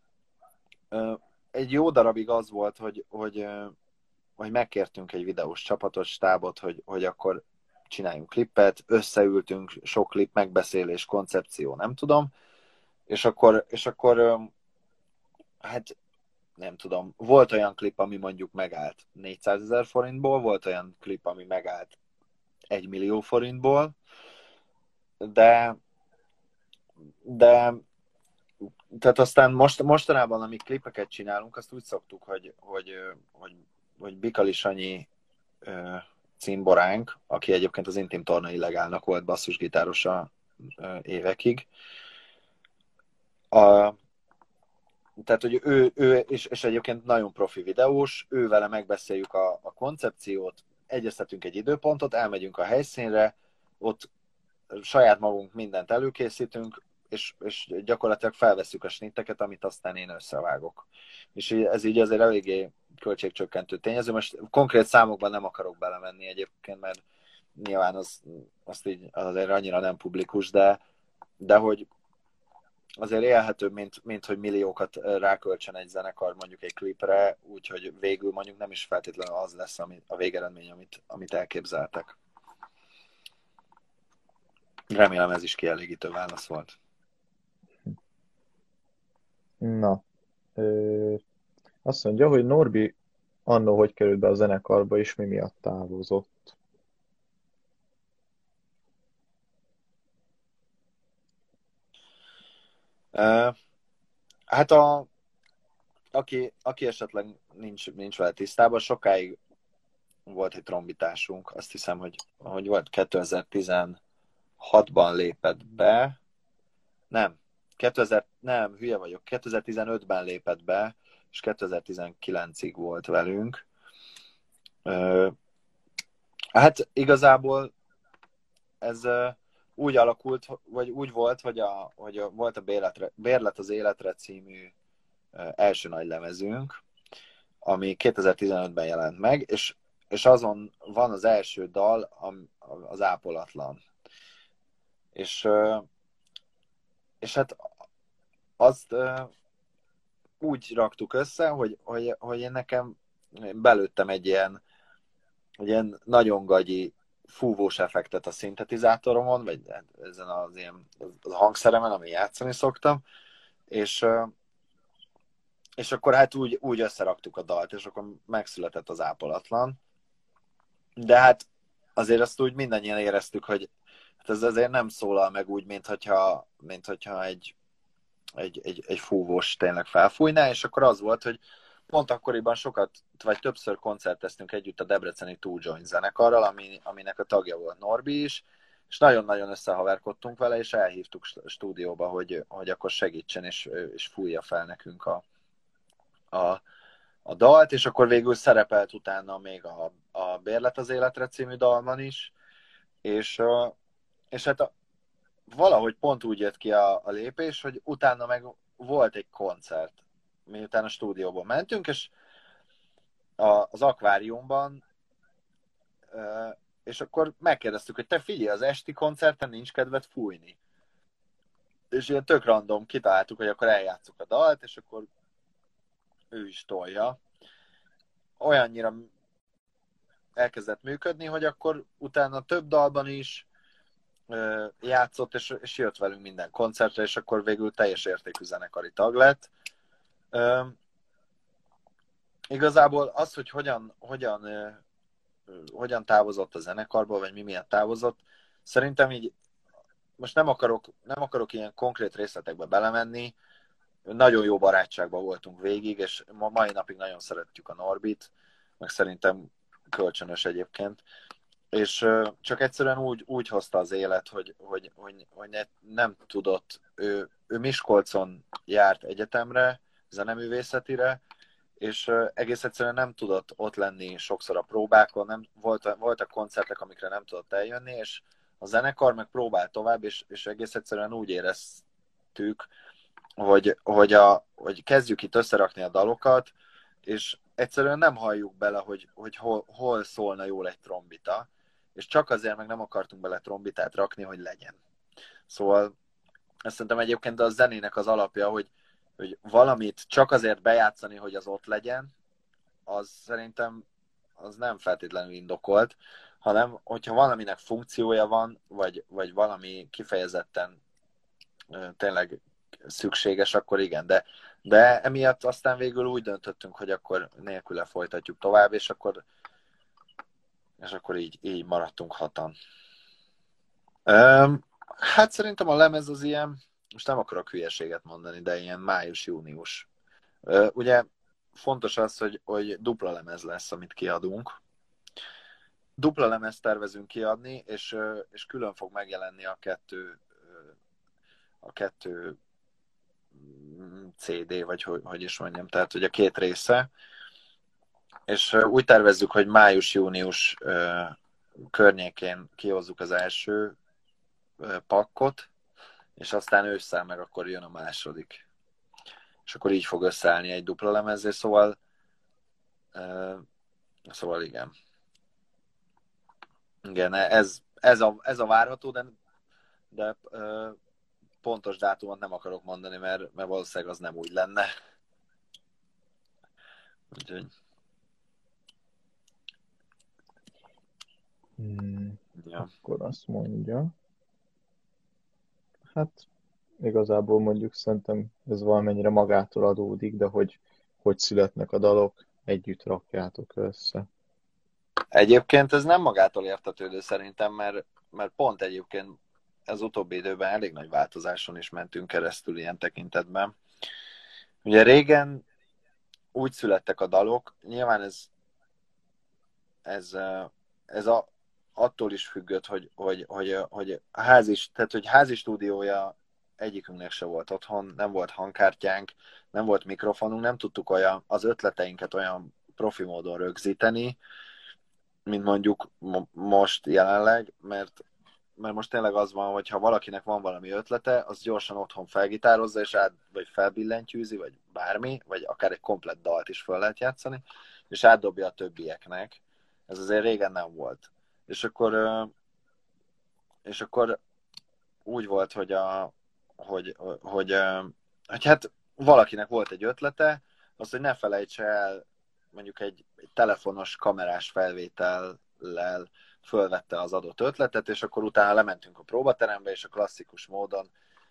Egy jó darabig az volt, hogy, hogy, hogy megkértünk egy videós csapatot, stábot, hogy, hogy akkor csináljunk klippet, összeültünk, sok klip, megbeszélés, koncepció, nem tudom, És akkor, és akkor hát nem tudom, volt olyan klip, ami mondjuk megállt négyszázezer forintból, volt olyan klip, ami megállt egy millió forintból, de de tehát aztán most, mostanában, amik klipeket csinálunk, azt úgy szoktuk, hogy, hogy, hogy, hogy Bikali Sanyi ö, cimboránk, aki egyébként az Intim Torna Illegálnak volt basszusgitárosa ö, évekig. A, tehát, hogy ő, ő és, és egyébként nagyon profi videós, ő vele megbeszéljük a, a koncepciót, egyeztetünk egy időpontot, elmegyünk a helyszínre, ott saját magunk mindent előkészítünk, és, és gyakorlatilag felveszük a snitteket, amit aztán én összevágok. És ez így azért eléggé költségcsökkentő tényező. Most konkrét számokban nem akarok belemenni egyébként, mert nyilván az, azt így azért annyira nem publikus, de, de hogy azért élhetőbb, mint, mint hogy milliókat ráköltsön egy zenekar mondjuk egy klipre, úgyhogy végül mondjuk nem is feltétlenül az lesz ami, a végeredmény, amit, amit elképzeltek. Remélem ez is kielégítő válasz volt. Na, ö, azt mondja, hogy Norbi annó hogy került be a zenekarba, és mi miatt távozott. Uh, hát a, aki, aki esetleg nincs, nincs vele tisztában, sokáig volt egy trombitásunk, azt hiszem, hogy, hogy volt kétezer-tizenhatban lépett be, nem, kétezer, nem, hülye vagyok, kétezer-tizenötben lépett be, és kétezer-tizenkilencig volt velünk. Uh, hát igazából ez uh, úgy alakult, vagy úgy volt, hogy, a, hogy a, volt a Bérletre, Bérlet az életre című uh, első nagy lemezünk, ami kétezer-tizenötben jelent meg, és, és azon van az első dal, az Ápolatlan. És, és hát azt úgy raktuk össze, hogy, hogy, hogy én nekem belőttem egy ilyen, egy ilyen nagyon gagyi fúvós effektet a szintetizátoromon, vagy ezen az ilyen az hangszeremen, ami játszani szoktam, és és akkor hát úgy, úgy összeraktuk a dalt, és akkor megszületett az Ápolatlan. De hát azért azt úgy mindannyian éreztük, hogy hát ez azért nem szólal meg úgy, mint hogyha, mint hogyha egy, egy, egy, egy fúvós tényleg felfújná, és akkor az volt, hogy pont akkoriban sokat, vagy többször koncerteztünk együtt a debreceni Two Joint zenekarral, ami, aminek a tagja volt Norbi is, és nagyon-nagyon összehaverkodtunk vele, és elhívtuk stúdióba, hogy, hogy akkor segítsen, és, és fújja fel nekünk a, a, a dalt, és akkor végül szerepelt utána még a, a Bérlet az életre című dalban is, és, és hát a, valahogy pont úgy jött ki a, a lépés, hogy utána meg volt egy koncert, miután a stúdióban mentünk, és a, az akváriumban, és akkor megkérdeztük, hogy te figyelj, az esti koncerten nincs kedved fújni. És ilyen tök random kitaláltuk, hogy akkor eljátszuk a dalt, és akkor ő is tolja. Olyannyira elkezdett működni, hogy akkor utána több dalban is ö, játszott, és, és jött velünk minden koncertre, és akkor végül teljes értékű zenekari tag lett. Ö, igazából az, hogy hogyan, hogyan, ö, hogyan távozott a zenekarból, vagy mi miatt távozott, szerintem így most nem akarok, nem akarok ilyen konkrét részletekbe belemenni, nagyon jó barátságban voltunk végig, és ma mai napig nagyon szeretjük a Norbit, meg szerintem kölcsönös egyébként. És csak egyszerűen úgy, úgy hozta az élet, hogy, hogy, hogy, hogy ne, nem tudott, ő, ő Miskolcon járt egyetemre, zeneművészetire, és egész egyszerűen nem tudott ott lenni sokszor a próbákon, nem, volt, voltak koncertek, amikre nem tudott eljönni, és a zenekar meg próbált tovább, és, és egész egyszerűen úgy éreztük, hogy, hogy, a, hogy kezdjük itt összerakni a dalokat, és egyszerűen nem halljuk bele, hogy, hogy hol, hol szólna jól egy trombita, és csak azért meg nem akartunk bele trombitát rakni, hogy legyen. Szóval azt szerintem egyébként a zenének az alapja, hogy, hogy valamit csak azért bejátszani, hogy az ott legyen, az szerintem az nem feltétlenül indokolt, hanem hogyha valaminek funkciója van, vagy, vagy valami kifejezetten tényleg szükséges, akkor igen, de, de emiatt aztán végül úgy döntöttünk, hogy akkor nélküle folytatjuk tovább, és akkor, és akkor így, így maradtunk hatan. Um, hát szerintem a lemez az ilyen, most nem akarok hülyeséget mondani, de ilyen május-június. Uh, ugye fontos az, hogy, hogy dupla lemez lesz, amit kiadunk. Dupla lemez tervezünk kiadni, és, és külön fog megjelenni a kettő, a kettő cé dé, vagy hogy, hogy is mondjam, tehát hogy a két része. És úgy tervezzük, hogy május-június környékén kihozzuk az első pakkot, és aztán ősszel meg akkor jön a második. És akkor így fog összeállni egy dupla lemezzé, szóval szóval igen. Igen, ez, ez, a, ez a várható, de, de pontos dátumot nem akarok mondani, mert, mert valószínűleg az nem úgy lenne. Úgyhogy... Hmm, ja. Akkor azt mondja. Hát igazából mondjuk szerintem ez valamennyire magától adódik, de hogy hogy születnek a dalok, együtt rakjátok össze. Egyébként ez nem magától értetődő szerintem, mert, mert pont egyébként ez utóbbi időben elég nagy változáson is mentünk keresztül ilyen tekintetben. Ugye régen úgy születtek a dalok, nyilván ez, ez, ez a, attól is függött, hogy, hogy, hogy, hogy a házi, tehát, hogy házi stúdiója egyikünknek se volt otthon, nem volt hangkártyánk, nem volt mikrofonunk, nem tudtuk olyan, az ötleteinket olyan profi módon rögzíteni, mint mondjuk most jelenleg, mert, mert most tényleg az van, hogy ha valakinek van valami ötlete, az gyorsan otthon felgitározza, és át, vagy felbillentyűzi, vagy bármi, vagy akár egy komplett dalt is fel lehet játszani, és átdobja a többieknek. Ez azért régen nem volt. És akkor, és akkor úgy volt, hogy, a, hogy, hogy, hogy, hogy hát valakinek volt egy ötlete, az, hogy ne felejtse el mondjuk egy, egy telefonos kamerás felvétellel fölvette az adott ötletet, és akkor utána lementünk a próbaterembe, és a klasszikus módon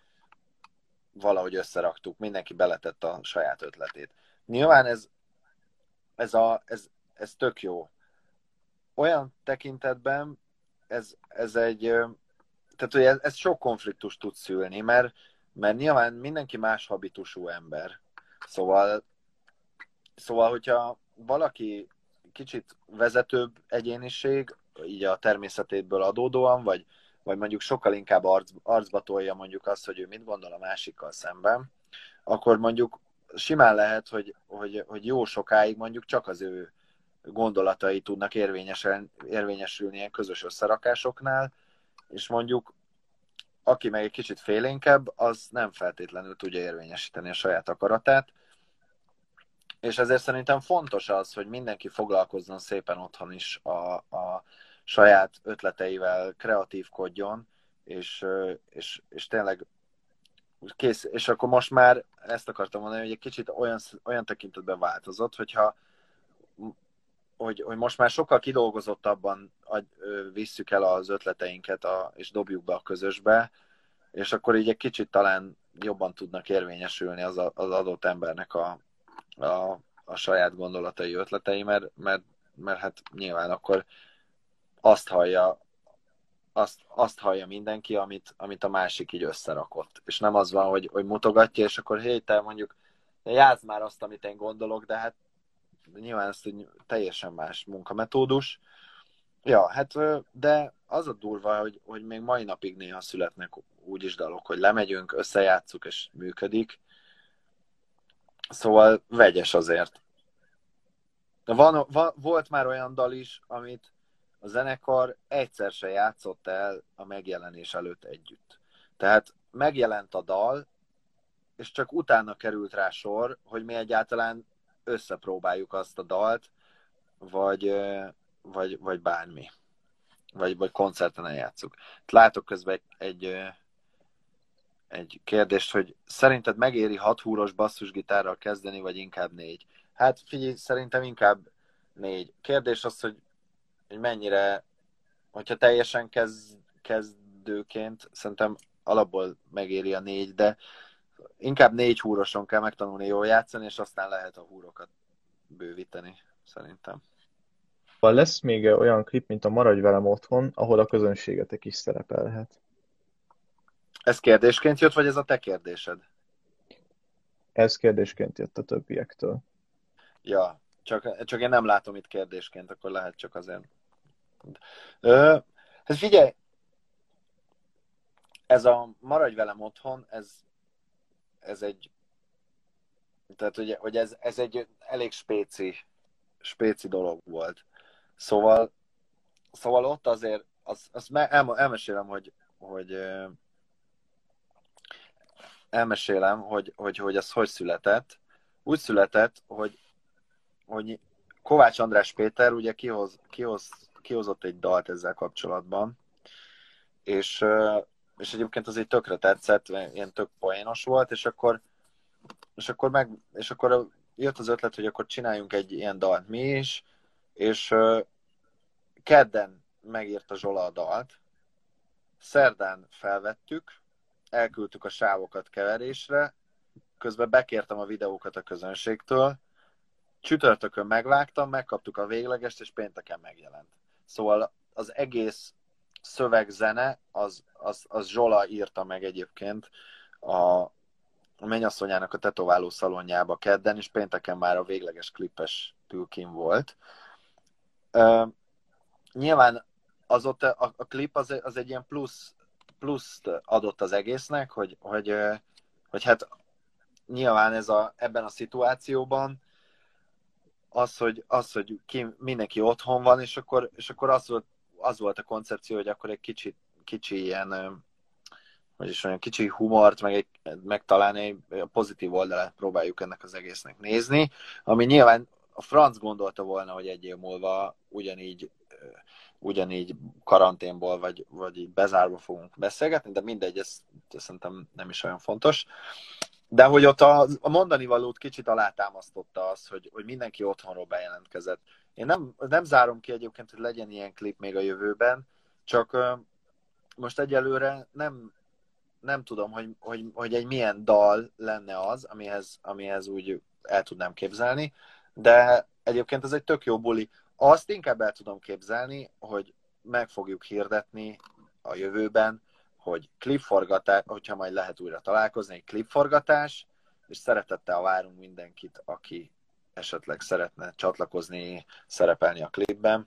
valahogy összeraktuk, mindenki beletett a saját ötletét. Nyilván ez, ez, a, ez, ez tök jó. Olyan tekintetben ez, ez egy, tehát hogy ez, ez sok konfliktust tud szülni, mert, mert nyilván mindenki más habitusú ember. Szóval, szóval, hogyha valaki kicsit vezetőbb egyéniség, így a természetéből adódóan, vagy, vagy mondjuk sokkal inkább arc, arcba tolja mondjuk azt, hogy ő mit gondol a másikkal szemben, akkor mondjuk simán lehet, hogy, hogy, hogy jó sokáig mondjuk csak az ő gondolatai tudnak érvényesülni ilyen közös összerakásoknál, és mondjuk aki meg egy kicsit félénkebb, az nem feltétlenül tudja érvényesíteni a saját akaratát, és ezért szerintem fontos az, hogy mindenki foglalkozzon szépen otthon is a, a saját ötleteivel, kreatívkodjon, és, és, és tényleg kész, és akkor most már ezt akartam mondani, hogy egy kicsit olyan, olyan tekintetben változott, hogyha hogy, hogy most már sokkal kidolgozottabban visszük el az ötleteinket a, és dobjuk be a közösbe, és akkor így egy kicsit talán jobban tudnak érvényesülni az, a, az adott embernek a, a, a saját gondolatai, ötletei, mert, mert, mert hát nyilván akkor azt hallja, azt, azt hallja mindenki, amit, amit a másik így összerakott. És nem az van, hogy, hogy mutogatja, és akkor hé, te mondjuk játsz már azt, amit én gondolok, de hát nyilván ez egy teljesen más munkametódus. Ja, hát de az a durva, hogy, hogy még mai napig néha születnek úgy is dalok, hogy lemegyünk, összejátszuk, és működik. Szóval vegyes azért. Van, van, volt már olyan dal is, amit a zenekar egyszer se játszott el a megjelenés előtt együtt. Tehát megjelent a dal, és csak utána került rá sor, hogy mi egyáltalán összepróbáljuk azt a dalt, vagy, vagy, vagy bármi. Vagy, vagy koncerten eljátszuk. Látok közben egy, egy, egy kérdést, hogy szerinted megéri hat húros basszusgitárral kezdeni, vagy inkább négy? Hát figyelj, szerintem inkább négy. Kérdés az, hogy, hogy mennyire, hogyha teljesen kezd, kezdőként, szerintem alapból megéri a négy, de inkább négy húroson kell megtanulni jól játszani, és aztán lehet a húrokat bővíteni, szerintem. Lesz még olyan klip, mint a Maradj velem otthon, ahol a közönségetek is szerepelhet. Ez kérdésként jött, vagy ez a te kérdésed? Ez kérdésként jött a többiektől. Ja, csak, csak én nem látom itt kérdésként, akkor lehet csak azért. Ö, hát figyelj, ez a Maradj velem otthon, ez, ez egy, tehát ugye, hogy ez, ez egy elég spéci, spéci dolog volt. Szóval, szóval ott azért, azt, azt el, elmesélem, hogy, hogy elmesélem, hogy, hogy, hogy ez hogy született. Úgy született, hogy, hogy Kovács András Péter ugye kihoz, kihoz, kihozott egy dalt ezzel kapcsolatban, és, és egyébként az egy tökre tetszett, ilyen tök poénos volt, és akkor, és akkor, meg, és akkor jött az ötlet, hogy akkor csináljunk egy ilyen dalt mi is, és kedden megírta Zsola a dalt, szerdán felvettük, elküldtük a sávokat keverésre, közben bekértem a videókat a közönségtől, csütörtökön megvágtam, megkaptuk a véglegest, és pénteken megjelent. Szóval az egész szövegzene, az, az, az Zsola írta meg egyébként a mennyasszonyának a tetováló szalonjába kedden, és pénteken már a végleges klipes tülkin volt. Uh, nyilván az ott a, a klip az, az egy ilyen plusz, pluszt adott az egésznek, hogy, hogy, hogy hát nyilván ez a, ebben a szituációban az, hogy, az, hogy ki, mindenki otthon van, és akkor, és akkor az, volt, az volt a koncepció, hogy akkor egy kicsi, kicsi ilyen, hogy is olyan kicsi humort, meg, egy, meg talán egy pozitív oldalát próbáljuk ennek az egésznek nézni, ami nyilván a franc gondolta volna, hogy egy év múlva ugyanígy, ugyanígy karanténból, vagy, vagy így bezárva fogunk beszélgetni, de mindegy, ez, ez szerintem nem is olyan fontos. De hogy ott a, a mondani valót kicsit alátámasztotta az, hogy, hogy mindenki otthonról bejelentkezett. Én nem, nem zárom ki egyébként, hogy legyen ilyen klip még a jövőben, csak uh, most egyelőre nem, nem tudom, hogy, hogy, hogy egy milyen dal lenne az, amihez, amihez úgy el tudnám képzelni, de egyébként ez egy tök jó buli. Azt inkább el tudom képzelni, hogy meg fogjuk hirdetni a jövőben, hogy klipforgatás, hogyha majd lehet újra találkozni, egy klipforgatás, és szeretettel várunk mindenkit, aki esetleg szeretne csatlakozni, szerepelni a klipben.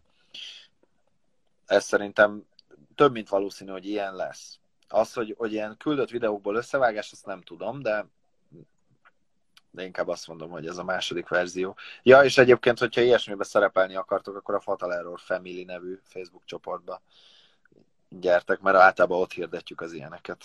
Ez szerintem több, mint valószínű, hogy ilyen lesz. Az, hogy, hogy ilyen küldött videókból összevágás, azt nem tudom, de, de inkább azt mondom, hogy ez a második verzió. Ja, és egyébként, hogyha ilyesmibe szerepelni akartok, akkor a Fatal Error Family nevű Facebook csoportba gyertek, mert általában ott hirdetjük az ilyeneket.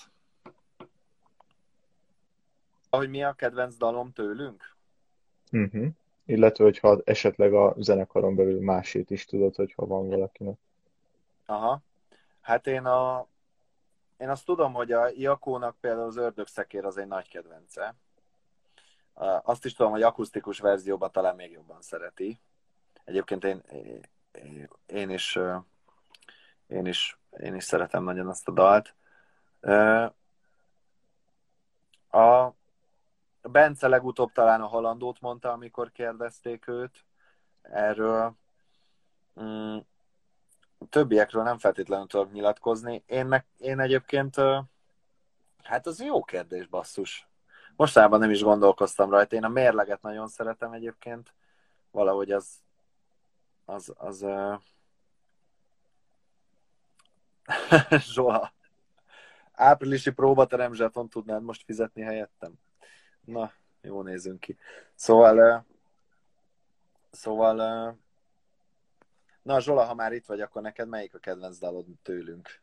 Hogy mi a kedvenc dalom tőlünk? Uh-huh. Illetve, hogyha esetleg a zenekaron belül másét is tudod, hogyha van valakinek. Aha. Hát én a én azt tudom, hogy a Jakónak például az Ördögszekér az egy nagy kedvence. Azt is tudom, hogy akusztikus verzióban talán még jobban szereti. Egyébként én, én, is, én, is, én is szeretem nagyon azt a dalt. A Bence legutóbb talán a Halandót mondta, amikor kérdezték őt erről. Többiekről nem feltétlenül tudok nyilatkozni. Én, meg, én egyébként, hát az jó kérdés, basszus. Mostanában nem is gondolkoztam rajta. Én a Mérleget nagyon szeretem egyébként. Valahogy az az, az uh... Zsola. Áprilisi próbaterem zseton tudnád most fizetni helyettem? Na, jó nézünk ki. Szóval uh... szóval uh... na Zsola, ha már itt vagy, akkor neked melyik a kedvenc dalod tőlünk?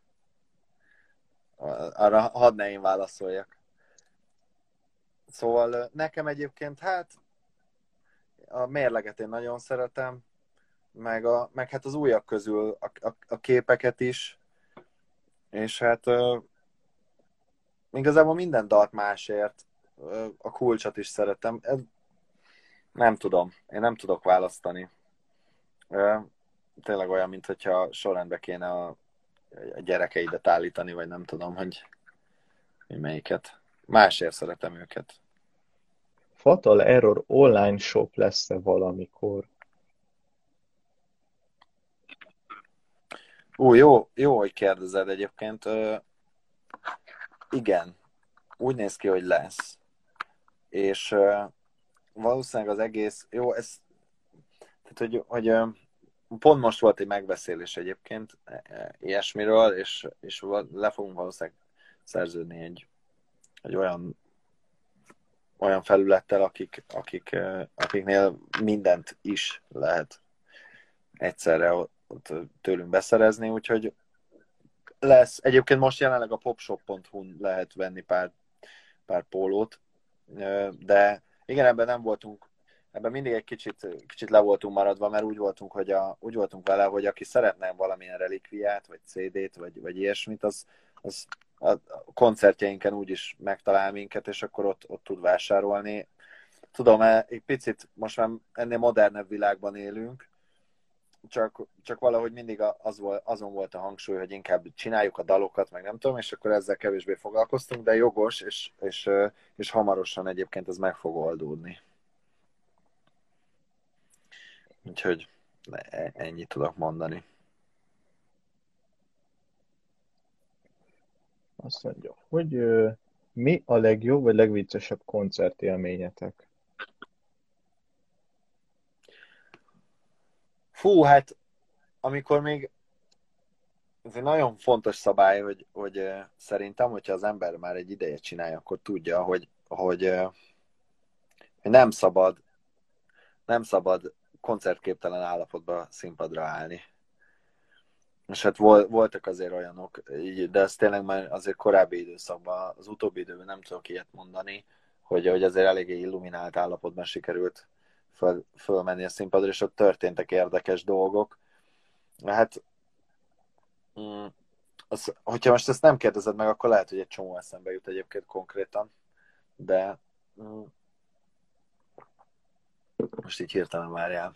Arra hadd ne én válaszoljak. Szóval uh, nekem egyébként hát a Mérleget én nagyon szeretem, meg, a, meg hát az újak közül a, a, a képeket is, és hát uh, igazából minden dalt másért, uh, a Kulcsot is szeretem. Ez, nem tudom, én nem tudok választani. Uh, tényleg olyan, mint hogyha sorrendbe kéne a, a gyerekeidet állítani, vagy nem tudom, hogy, hogy melyiket. Másért szeretem őket. Fatal Error online shop lesz-e valamikor? Ú, jó, jó, hogy kérdezed egyébként. Ö, igen, úgy néz ki, hogy lesz. És ö, valószínűleg az egész, jó, ez, tehát, hogy, hogy ö, pont most volt egy megbeszélés egyébként e, e, ilyesmiről, és, és le fogunk valószínűleg szerződni egy, egy olyan, olyan felülettel, akik, akik, ö, akiknél mindent is lehet egyszerre ott tőlünk beszerezni, úgyhogy lesz. Egyébként most jelenleg a popshop pont hu-n lehet venni pár, pár pólót, de igen, ebben nem voltunk, ebben mindig egy kicsit, kicsit le voltunk maradva, mert úgy voltunk, hogy a, úgy voltunk vele, hogy aki szeretne valamilyen relikviát, vagy cé dét, vagy, vagy ilyesmit, az, az a koncertjeinken úgyis megtalál minket, és akkor ott, ott tud vásárolni. Tudom, egy picit most már ennél modernebb világban élünk, csak, csak valahogy mindig az volt, azon volt a hangsúly, hogy inkább csináljuk a dalokat, meg nem tudom, és akkor ezzel kevésbé foglalkoztunk, de jogos, és, és, és hamarosan egyébként ez meg fog oldódni. Úgyhogy ennyit tudok mondani. Azt mondja, hogy ö, mi a legjobb vagy legviccesebb koncertélményetek? Fú, hát amikor még ez egy nagyon fontos szabály, hogy, hogy szerintem, hogyha az ember már egy ideje csinálja, akkor tudja, hogy, hogy, hogy nem szabad, nem szabad koncertképtelen állapotba színpadra állni. És hát voltak azért olyanok, de ez tényleg már azért korábbi időszakban, az utóbbi időben nem tudok ilyet mondani, hogy, hogy azért eléggé illuminált állapotban sikerült föl, fölmenni a színpadra, és ott történtek érdekes dolgok. Hát, mm, az, hogyha most ezt nem kérdezed meg, akkor lehet, hogy egy csomó eszembe jut egyébként konkrétan, de mm, most így hirtelen várjál.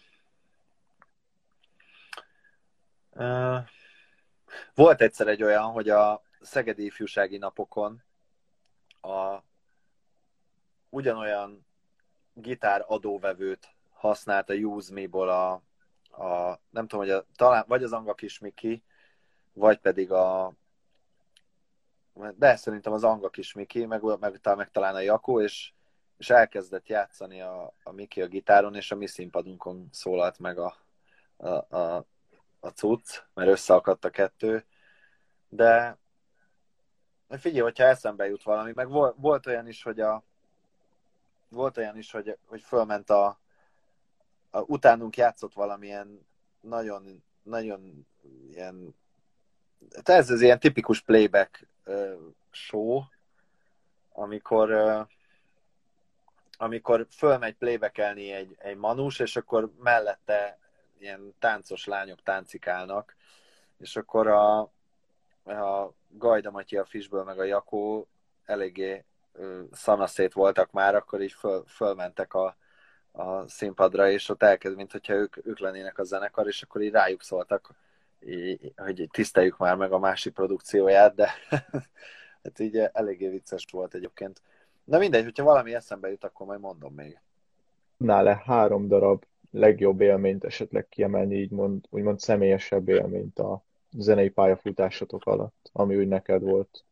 Uh, volt egyszer egy olyan, hogy a Szegedi Ifjúsági Napokon a ugyanolyan gitár adóvevőt használt a Use Me-ból a, a nem tudom, hogy a, talán vagy az Anga Kis Miki, vagy pedig a de szerintem az Anga Kis Miki, meg, meg, meg talán a Jakó, és, és elkezdett játszani a, a Miki a gitáron, és a mi színpadunkon szólalt meg a, a, a, a cucc, mert összeakadt a kettő, de figyelj, hogyha eszembe jut valami, meg volt, volt olyan is, hogy a volt olyan is, hogy, hogy fölment a, a utánunk játszott valamilyen nagyon, nagyon ilyen, ez az ilyen tipikus playback uh, show, amikor uh, amikor fölmegy playbackelni egy, egy manus, és akkor mellette ilyen táncos lányok táncikálnak, és akkor a, a Gajda Matyi, a Fisből, meg a Jakó eléggé uh, szanaszét voltak már, akkor így föl, fölmentek a, a színpadra, és ott elkezd, mint hogyha ők, ők lennének a zenekar, és akkor így rájuk szóltak, így, hogy tiszteljük már meg a másik produkcióját, de hát így eléggé vicces volt egyébként. Na mindegy, hogyha valami eszembe jut, akkor majd mondom még. Tudnál-e három darab legjobb élményt esetleg kiemelni, így mond, úgymond személyesebb élményt a zenei pályafutásatok alatt, ami úgy neked volt?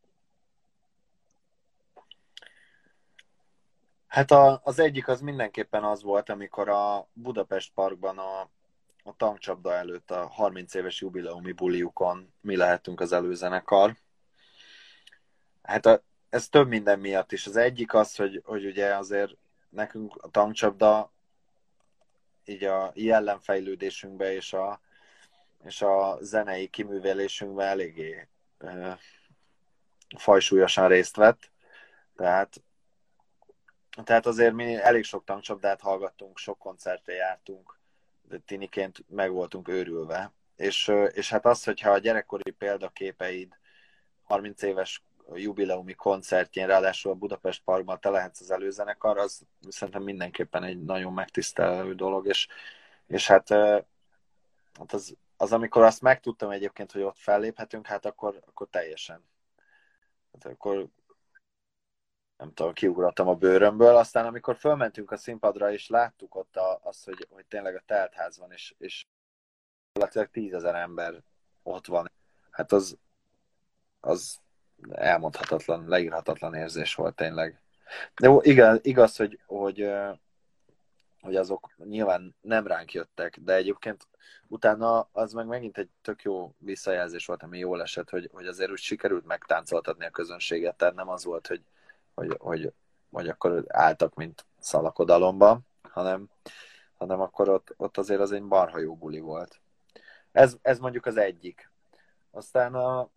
Hát a, az egyik az mindenképpen az volt, amikor a Budapest Parkban a, a tankcsapda előtt a harminc éves jubileumi buliukon mi lehetünk az előzenekar. Hát a, ez több minden miatt is. Az egyik az, hogy, hogy ugye azért nekünk a tankcsapda így a jellemfejlődésünkbe és a, és a zenei kiművelésünkbe eléggé ö, fajsúlyosan részt vett. Tehát, tehát azért mi elég sok tankcsapdát hallgattunk, sok koncertre jártunk, de tiniként meg voltunk őrülve. És, és hát az, hogyha a gyerekkori példaképeid harminc éves jubileumi koncertjén, ráadásul a Budapest Parkban te lehetsz az előzenekar, az szerintem mindenképpen egy nagyon megtisztelő dolog, és, és hát, hát az, az, amikor azt megtudtam egyébként, hogy ott felléphetünk, hát akkor, akkor teljesen. Hát akkor nem tudom, kiugrottam a bőrömből, aztán amikor fölmentünk a színpadra, és láttuk ott a, azt, hogy, hogy tényleg a teltház van, és, és gyakorlatilag tízezer ember ott van. Hát az, az elmondhatatlan, leírhatatlan érzés volt tényleg. Jó, igen, igaz, hogy, hogy, hogy azok nyilván nem ránk jöttek, de egyébként utána az meg megint egy tök jó visszajelzés volt, ami jól esett, hogy, hogy azért úgy sikerült megtáncoltatni a közönséget, tehát nem az volt, hogy, hogy, hogy, hogy akkor álltak, mint szalakodalomba, hanem, hanem akkor ott, ott azért az egy marha jó buli volt. Ez, ez mondjuk az egyik. Aztán a,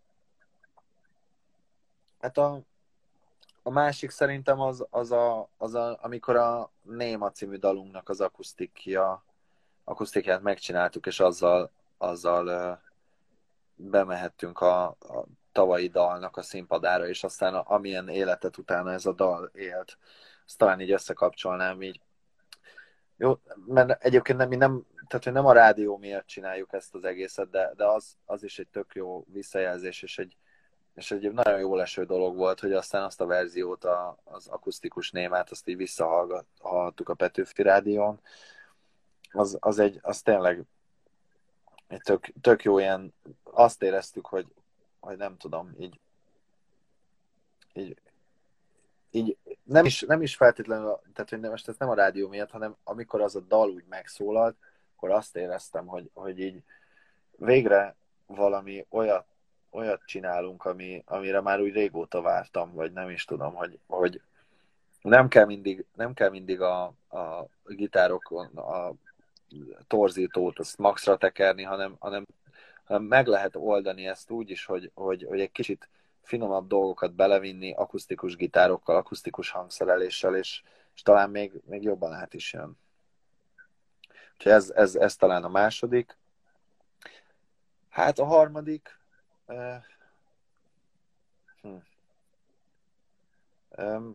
hát a, a másik szerintem az, az, a, az a, amikor a Néma című dalunknak az akusztikja, akusztikját megcsináltuk, és azzal, azzal uh, bemehettünk a, a tavalyi dalnak a színpadára, és aztán a, amilyen életet utána ez a dal élt, azt talán így összekapcsolnám így. Jó, mert egyébként nem, mi nem, tehát, hogy nem a rádió miatt csináljuk ezt az egészet, de, de az, az is egy tök jó visszajelzés, és egy, és egy nagyon jó leső dolog volt, hogy aztán azt a verziót, a, az akusztikus Némát, azt így visszahallgattuk a Petőfi Rádión. Az, az, egy, az tényleg egy tök, tök jó ilyen, azt éreztük, hogy, hogy nem tudom, így, így, így nem, is, nem is feltétlenül, tehát hogy nem, most ez nem a rádió miatt, hanem amikor az a dal úgy megszólalt, akkor azt éreztem, hogy, hogy így végre valami olyat, olyat csinálunk, ami, amire már úgy régóta vártam, vagy nem is tudom, hogy, hogy nem kell mindig, nem kell mindig a, a gitárokon a torzítót, azt maxra tekerni, hanem, hanem, hanem meg lehet oldani ezt úgy is, hogy, hogy, hogy egy kicsit finomabb dolgokat belevinni akusztikus gitárokkal, akusztikus hangszereléssel, és, és talán még, még jobban át is jön. Úgyhogy ez, ez, ez talán a második. Hát a harmadik... Uh, hm, um,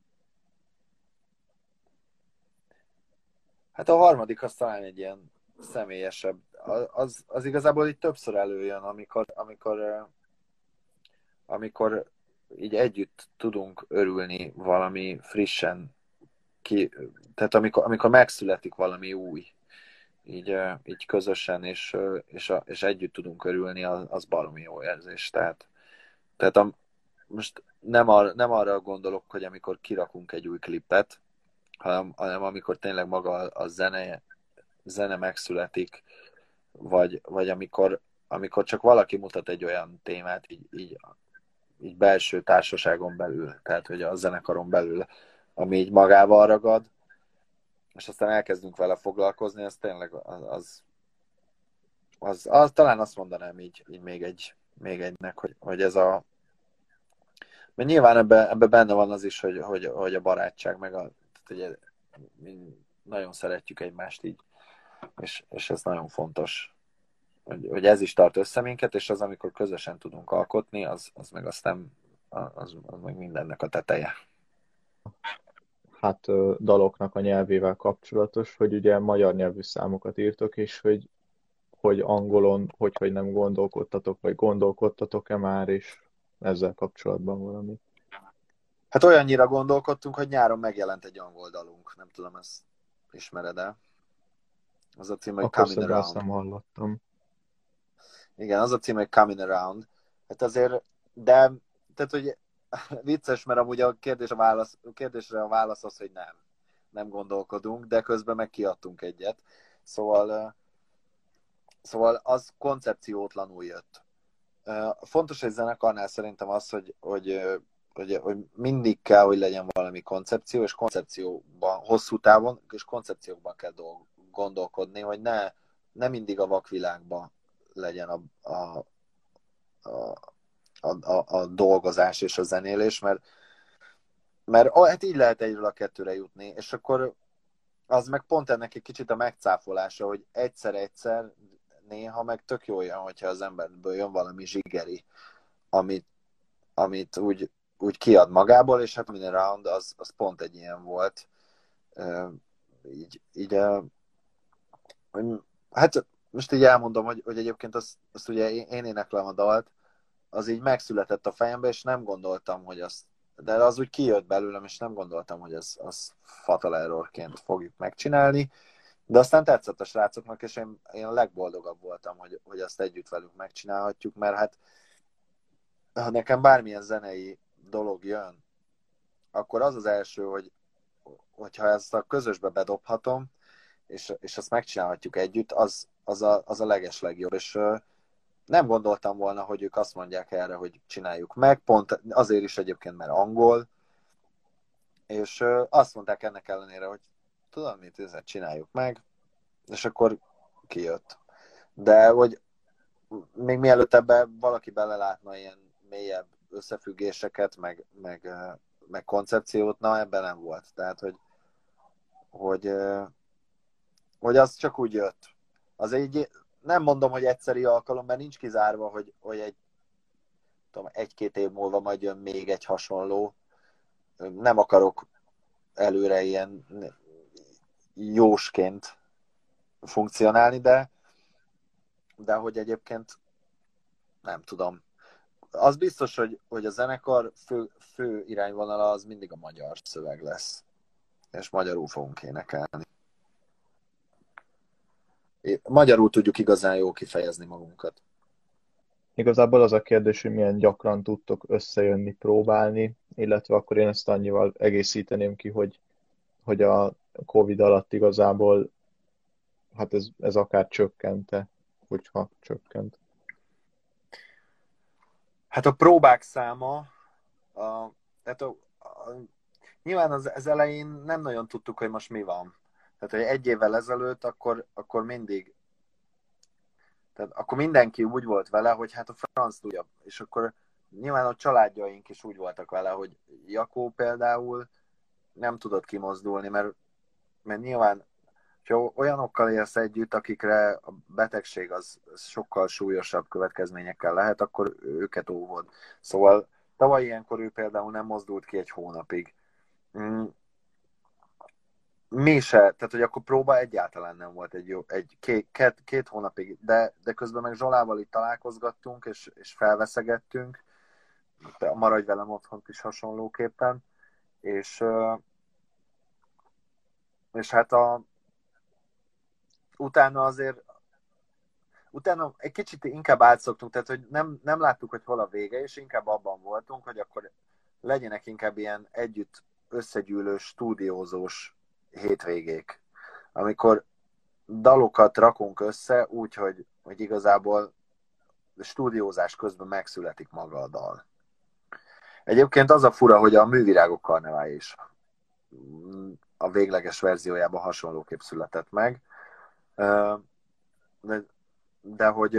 hát a harmadik az talán egy ilyen személyesebb. Az, az igazából így többször előjön, amikor, amikor, amikor így együtt tudunk örülni valami frissen, ki, tehát amikor, amikor megszületik valami új, így, így közösen, és, és, a, és együtt tudunk örülni, az, az baromi jó érzés. Tehát, tehát a, most nem, ar, nem arra gondolok, hogy amikor kirakunk egy új klipet, hanem, hanem amikor tényleg maga a zene, zene megszületik, vagy, vagy amikor, amikor csak valaki mutat egy olyan témát, így, így, így belső társaságon belül, tehát hogy a zenekaron belül, ami így magával ragad, és aztán elkezdünk vele foglalkozni, az tényleg az, az, az, az talán azt mondanám így, így még, egy, még egynek, hogy, hogy ez a mert nyilván ebben ebbe benne van az is, hogy, hogy, hogy a barátság, meg a, tehát, mi nagyon szeretjük egymást így, és, és ez nagyon fontos, hogy, hogy ez is tart össze minket, és az, amikor közösen tudunk alkotni, az, az meg aztán az, az meg mindennek a teteje. Hát daloknak a nyelvével kapcsolatos, hogy ugye magyar nyelvű számokat írtok, és hogy, hogy angolon, hogy, hogy nem gondolkodtatok, vagy gondolkodtatok-e már, és ezzel kapcsolatban valami. Hát olyannyira gondolkodtunk, hogy nyáron megjelent egy angol dalunk, nem tudom, ezt ismered-e? Az a cím, hogy Akkor Coming szóval azt Around. nem hallottam. Igen, az a cím, hogy Coming Around. Hát azért, de, tehát, hogy vicces, mert amúgy a, kérdés a, válasz, a kérdésre a válasz az, hogy nem. Nem gondolkodunk, de közben meg kiadtunk egyet. Szóval, szóval az koncepciótlanul jött. Fontos egy zenekarnál szerintem az, hogy, hogy, hogy, hogy mindig kell, hogy legyen valami koncepció, és koncepcióban, hosszú távon, és koncepciókban kell dolg, gondolkodni, hogy ne, ne mindig a vakvilágban legyen a, a, a, a, a dolgozás és a zenélés, mert, mert hát így lehet egyről a kettőre jutni, és akkor az meg pont ennek egy kicsit a megcáfolása, hogy egyszer-egyszer néha meg tök jó jön, hogyha az emberből jön valami zsigeri, amit, amit úgy, úgy kiad magából, és hát minden round az, az pont egy ilyen volt. Így, így hát most így elmondom, hogy, hogy egyébként azt, azt ugye én éneklem a dalt, az így megszületett a fejembe, és nem gondoltam, hogy azt de az úgy kijött belőlem, és nem gondoltam, hogy ez az fatal errorként fogjuk megcsinálni. De aztán tetszett a srácoknak, és én, én a legboldogabb voltam, hogy, hogy azt együtt velük megcsinálhatjuk, mert hát ha nekem bármilyen zenei dolog jön, akkor az az első, hogy hogyha ezt a közösbe bedobhatom, és, és azt megcsinálhatjuk együtt, az, az, a, az a leges legjobb. És uh, nem gondoltam volna, hogy ők azt mondják erre, hogy csináljuk meg, pont azért is egyébként, mert angol, és uh, azt mondták ennek ellenére, hogy tudom mit, ezzel csináljuk meg, és akkor kijött. De hogy még mielőtt ebbe valaki belelátna ilyen mélyebb összefüggéseket, meg, meg, meg koncepciót, na ebben nem volt. Tehát, hogy, hogy, hogy az csak úgy jött. Az egy, nem mondom, hogy egyszeri alkalom, mert nincs kizárva, hogy, hogy egy, tudom, egy-két év múlva majd jön még egy hasonló. Nem akarok előre ilyen jósként funkcionálni, de, de hogy egyébként nem tudom. Az biztos, hogy, hogy a zenekar fő, fő irányvonala az mindig a magyar szöveg lesz. És magyarul fogunk énekelni. Magyarul tudjuk igazán jól kifejezni magunkat. Igazából az a kérdés, hogy milyen gyakran tudtok összejönni, próbálni, illetve akkor én ezt annyival egészíteném ki, hogy, hogy a Covid alatt igazából hát ez, ez akár csökkente, hogyha csökkent. Hát a próbák száma, a, tehát a, a, nyilván az, az elején nem nagyon tudtuk, hogy most mi van. Tehát, hogy egy évvel ezelőtt, akkor, akkor mindig, tehát akkor mindenki úgy volt vele, hogy hát a franc tudja. És akkor nyilván a családjaink is úgy voltak vele, hogy Jakó például nem tudott kimozdulni, mert, mert nyilván ha olyanokkal élsz együtt, akikre a betegség az sokkal súlyosabb következményekkel lehet, akkor őket óvod. Szóval tavaly ilyenkor ő például nem mozdult ki egy hónapig. Mm, mi se, tehát hogy akkor próba egyáltalán nem volt egy jó, egy két, két, két hónapig, de, de közben meg Zsolával itt találkozgattunk, és, és felveszegettünk, de maradj velem otthont is hasonlóképpen, és, és hát a, utána azért utána egy kicsit inkább átszoktunk, tehát hogy nem, nem láttuk, hogy hol a vége, és inkább abban voltunk, hogy akkor legyenek inkább ilyen együtt összegyűlős, stúdiózós hétvégék, amikor dalokat rakunk össze úgy, hogy, hogy igazából stúdiózás közben megszületik maga a dal. Egyébként az a fura, hogy a Művirágok karneválja is a végleges verziójában hasonlóképp született meg. De, de hogy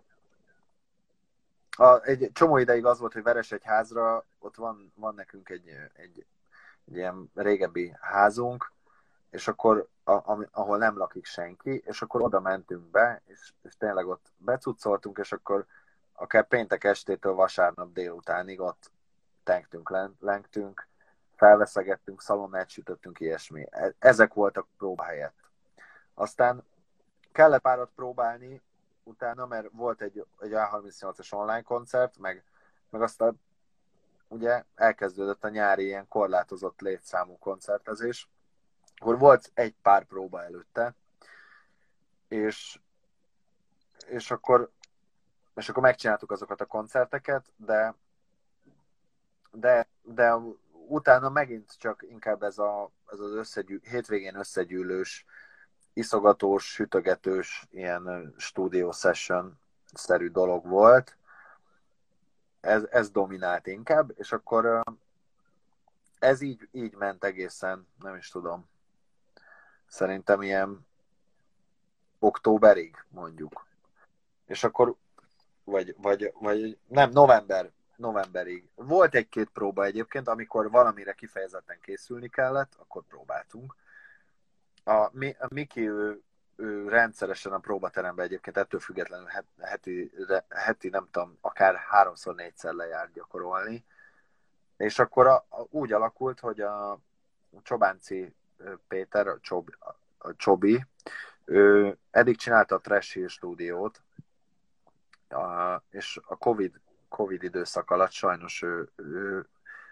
a, egy csomó ideig az volt, hogy Veresegyházra, ott van, van nekünk egy, egy, egy ilyen régebbi házunk, és akkor, a, ami, ahol nem lakik senki, és akkor oda mentünk be, és, és tényleg ott becuccoltunk, és akkor akár péntek estétől vasárnap délutánig ott tengtünk, lengtünk, felveszegettünk, szalonnát sütöttünk, ilyesmi. Ezek voltak próba helyett. Aztán kellett párat próbálni utána, mert volt egy, egy á harmincnyolcas online koncert, meg, meg aztán ugye elkezdődött a nyári ilyen korlátozott létszámú koncertezés, akkor volt egy pár próba előtte, és, és akkor és akkor megcsináltuk azokat a koncerteket, de de, de utána megint csak inkább ez, a, ez az összegyű, hétvégén összegyűlős, iszogatós, sütögetős ilyen studio session-szerű dolog volt. Ez, ez dominált inkább, és akkor ez így, így ment egészen, nem is tudom, szerintem ilyen októberig mondjuk. És akkor, vagy, vagy, vagy nem, november, novemberig. Volt egy-két próba egyébként, amikor valamire kifejezetten készülni kellett, akkor próbáltunk. A, a Miki, ő, ő rendszeresen a próbateremben egyébként ettől függetlenül heti, heti nem tudom, akár háromszor, négyszer lejárt gyakorolni. És akkor a, a, úgy alakult, hogy a Csobánci Péter, a, Csob, a Csobi, ő eddig csinálta a Trash Hill stúdiót, a, és a Covid, Covid időszak alatt sajnos ő, ő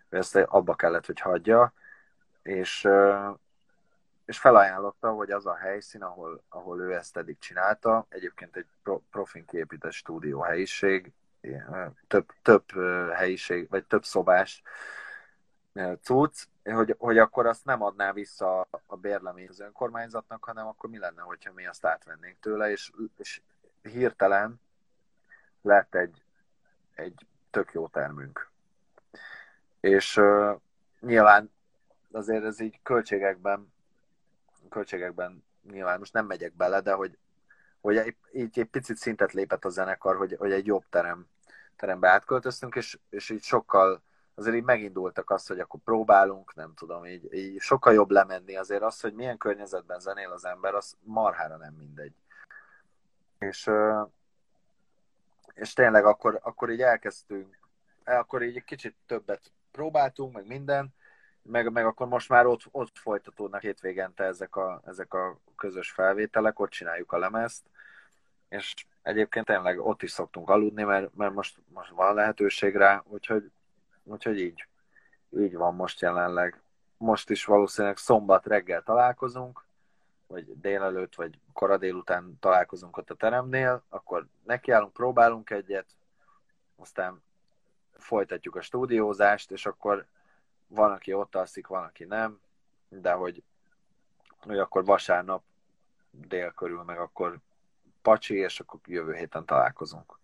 ezt abba kellett, hogy hagyja, és, és felajánlotta, hogy az a helyszín, ahol, ahol ő ezt eddig csinálta, egyébként egy profin kiépített stúdió helyiség, több, több helyiség, vagy több szobás cucc, hogy, hogy akkor azt nem adná vissza a bérlemény az önkormányzatnak, hanem akkor mi lenne, hogyha mi azt átvennénk tőle, és, és hirtelen lett egy, egy tök jó termünk. És uh, nyilván azért ez így költségekben, költségekben nyilván most nem megyek bele, de hogy, hogy így egy picit szintet lépett a zenekar, hogy, hogy egy jobb terem, terembe átköltöztünk, és, és így sokkal, azért így megindultak azt, hogy akkor próbálunk, nem tudom, így, így sokkal jobb lemenni. Azért az, hogy milyen környezetben zenél az ember, az marhára nem mindegy. És, és tényleg akkor, akkor így elkezdtünk, akkor így egy kicsit többet próbáltunk, meg minden, meg, meg akkor most már ott, ott folytatódnak hétvégente ezek a, ezek a közös felvételek, ott csináljuk a lemezt, és egyébként tényleg ott is szoktunk aludni, mert, mert most, most van lehetőség rá, úgyhogy, úgyhogy így, így van most jelenleg. Most is valószínűleg szombat reggel találkozunk, vagy délelőtt, vagy kora délután találkozunk ott a teremnél, akkor nekiállunk, próbálunk egyet, aztán folytatjuk a stúdiózást, és akkor van, aki ott alszik, van, aki nem, de hogy, hogy akkor vasárnap dél körül meg akkor pacsi, és akkor jövő héten találkozunk.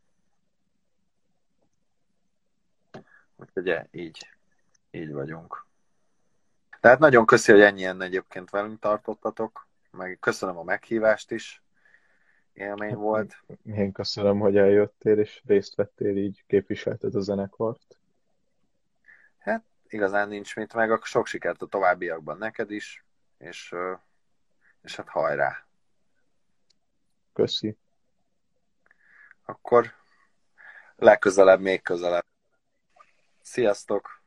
Úgyhogy így, így vagyunk. Tehát nagyon köszi, hogy ennyien egyébként velünk tartottatok, meg köszönöm a meghívást is, élmény volt. Én köszönöm, hogy eljöttél, és részt vettél, így képviselted a zenekart. Hát igazán nincs mit, meg a sok sikert a továbbiakban neked is, és, és hát hajrá! Köszi. Akkor legközelebb, még közelebb. Sziasztok!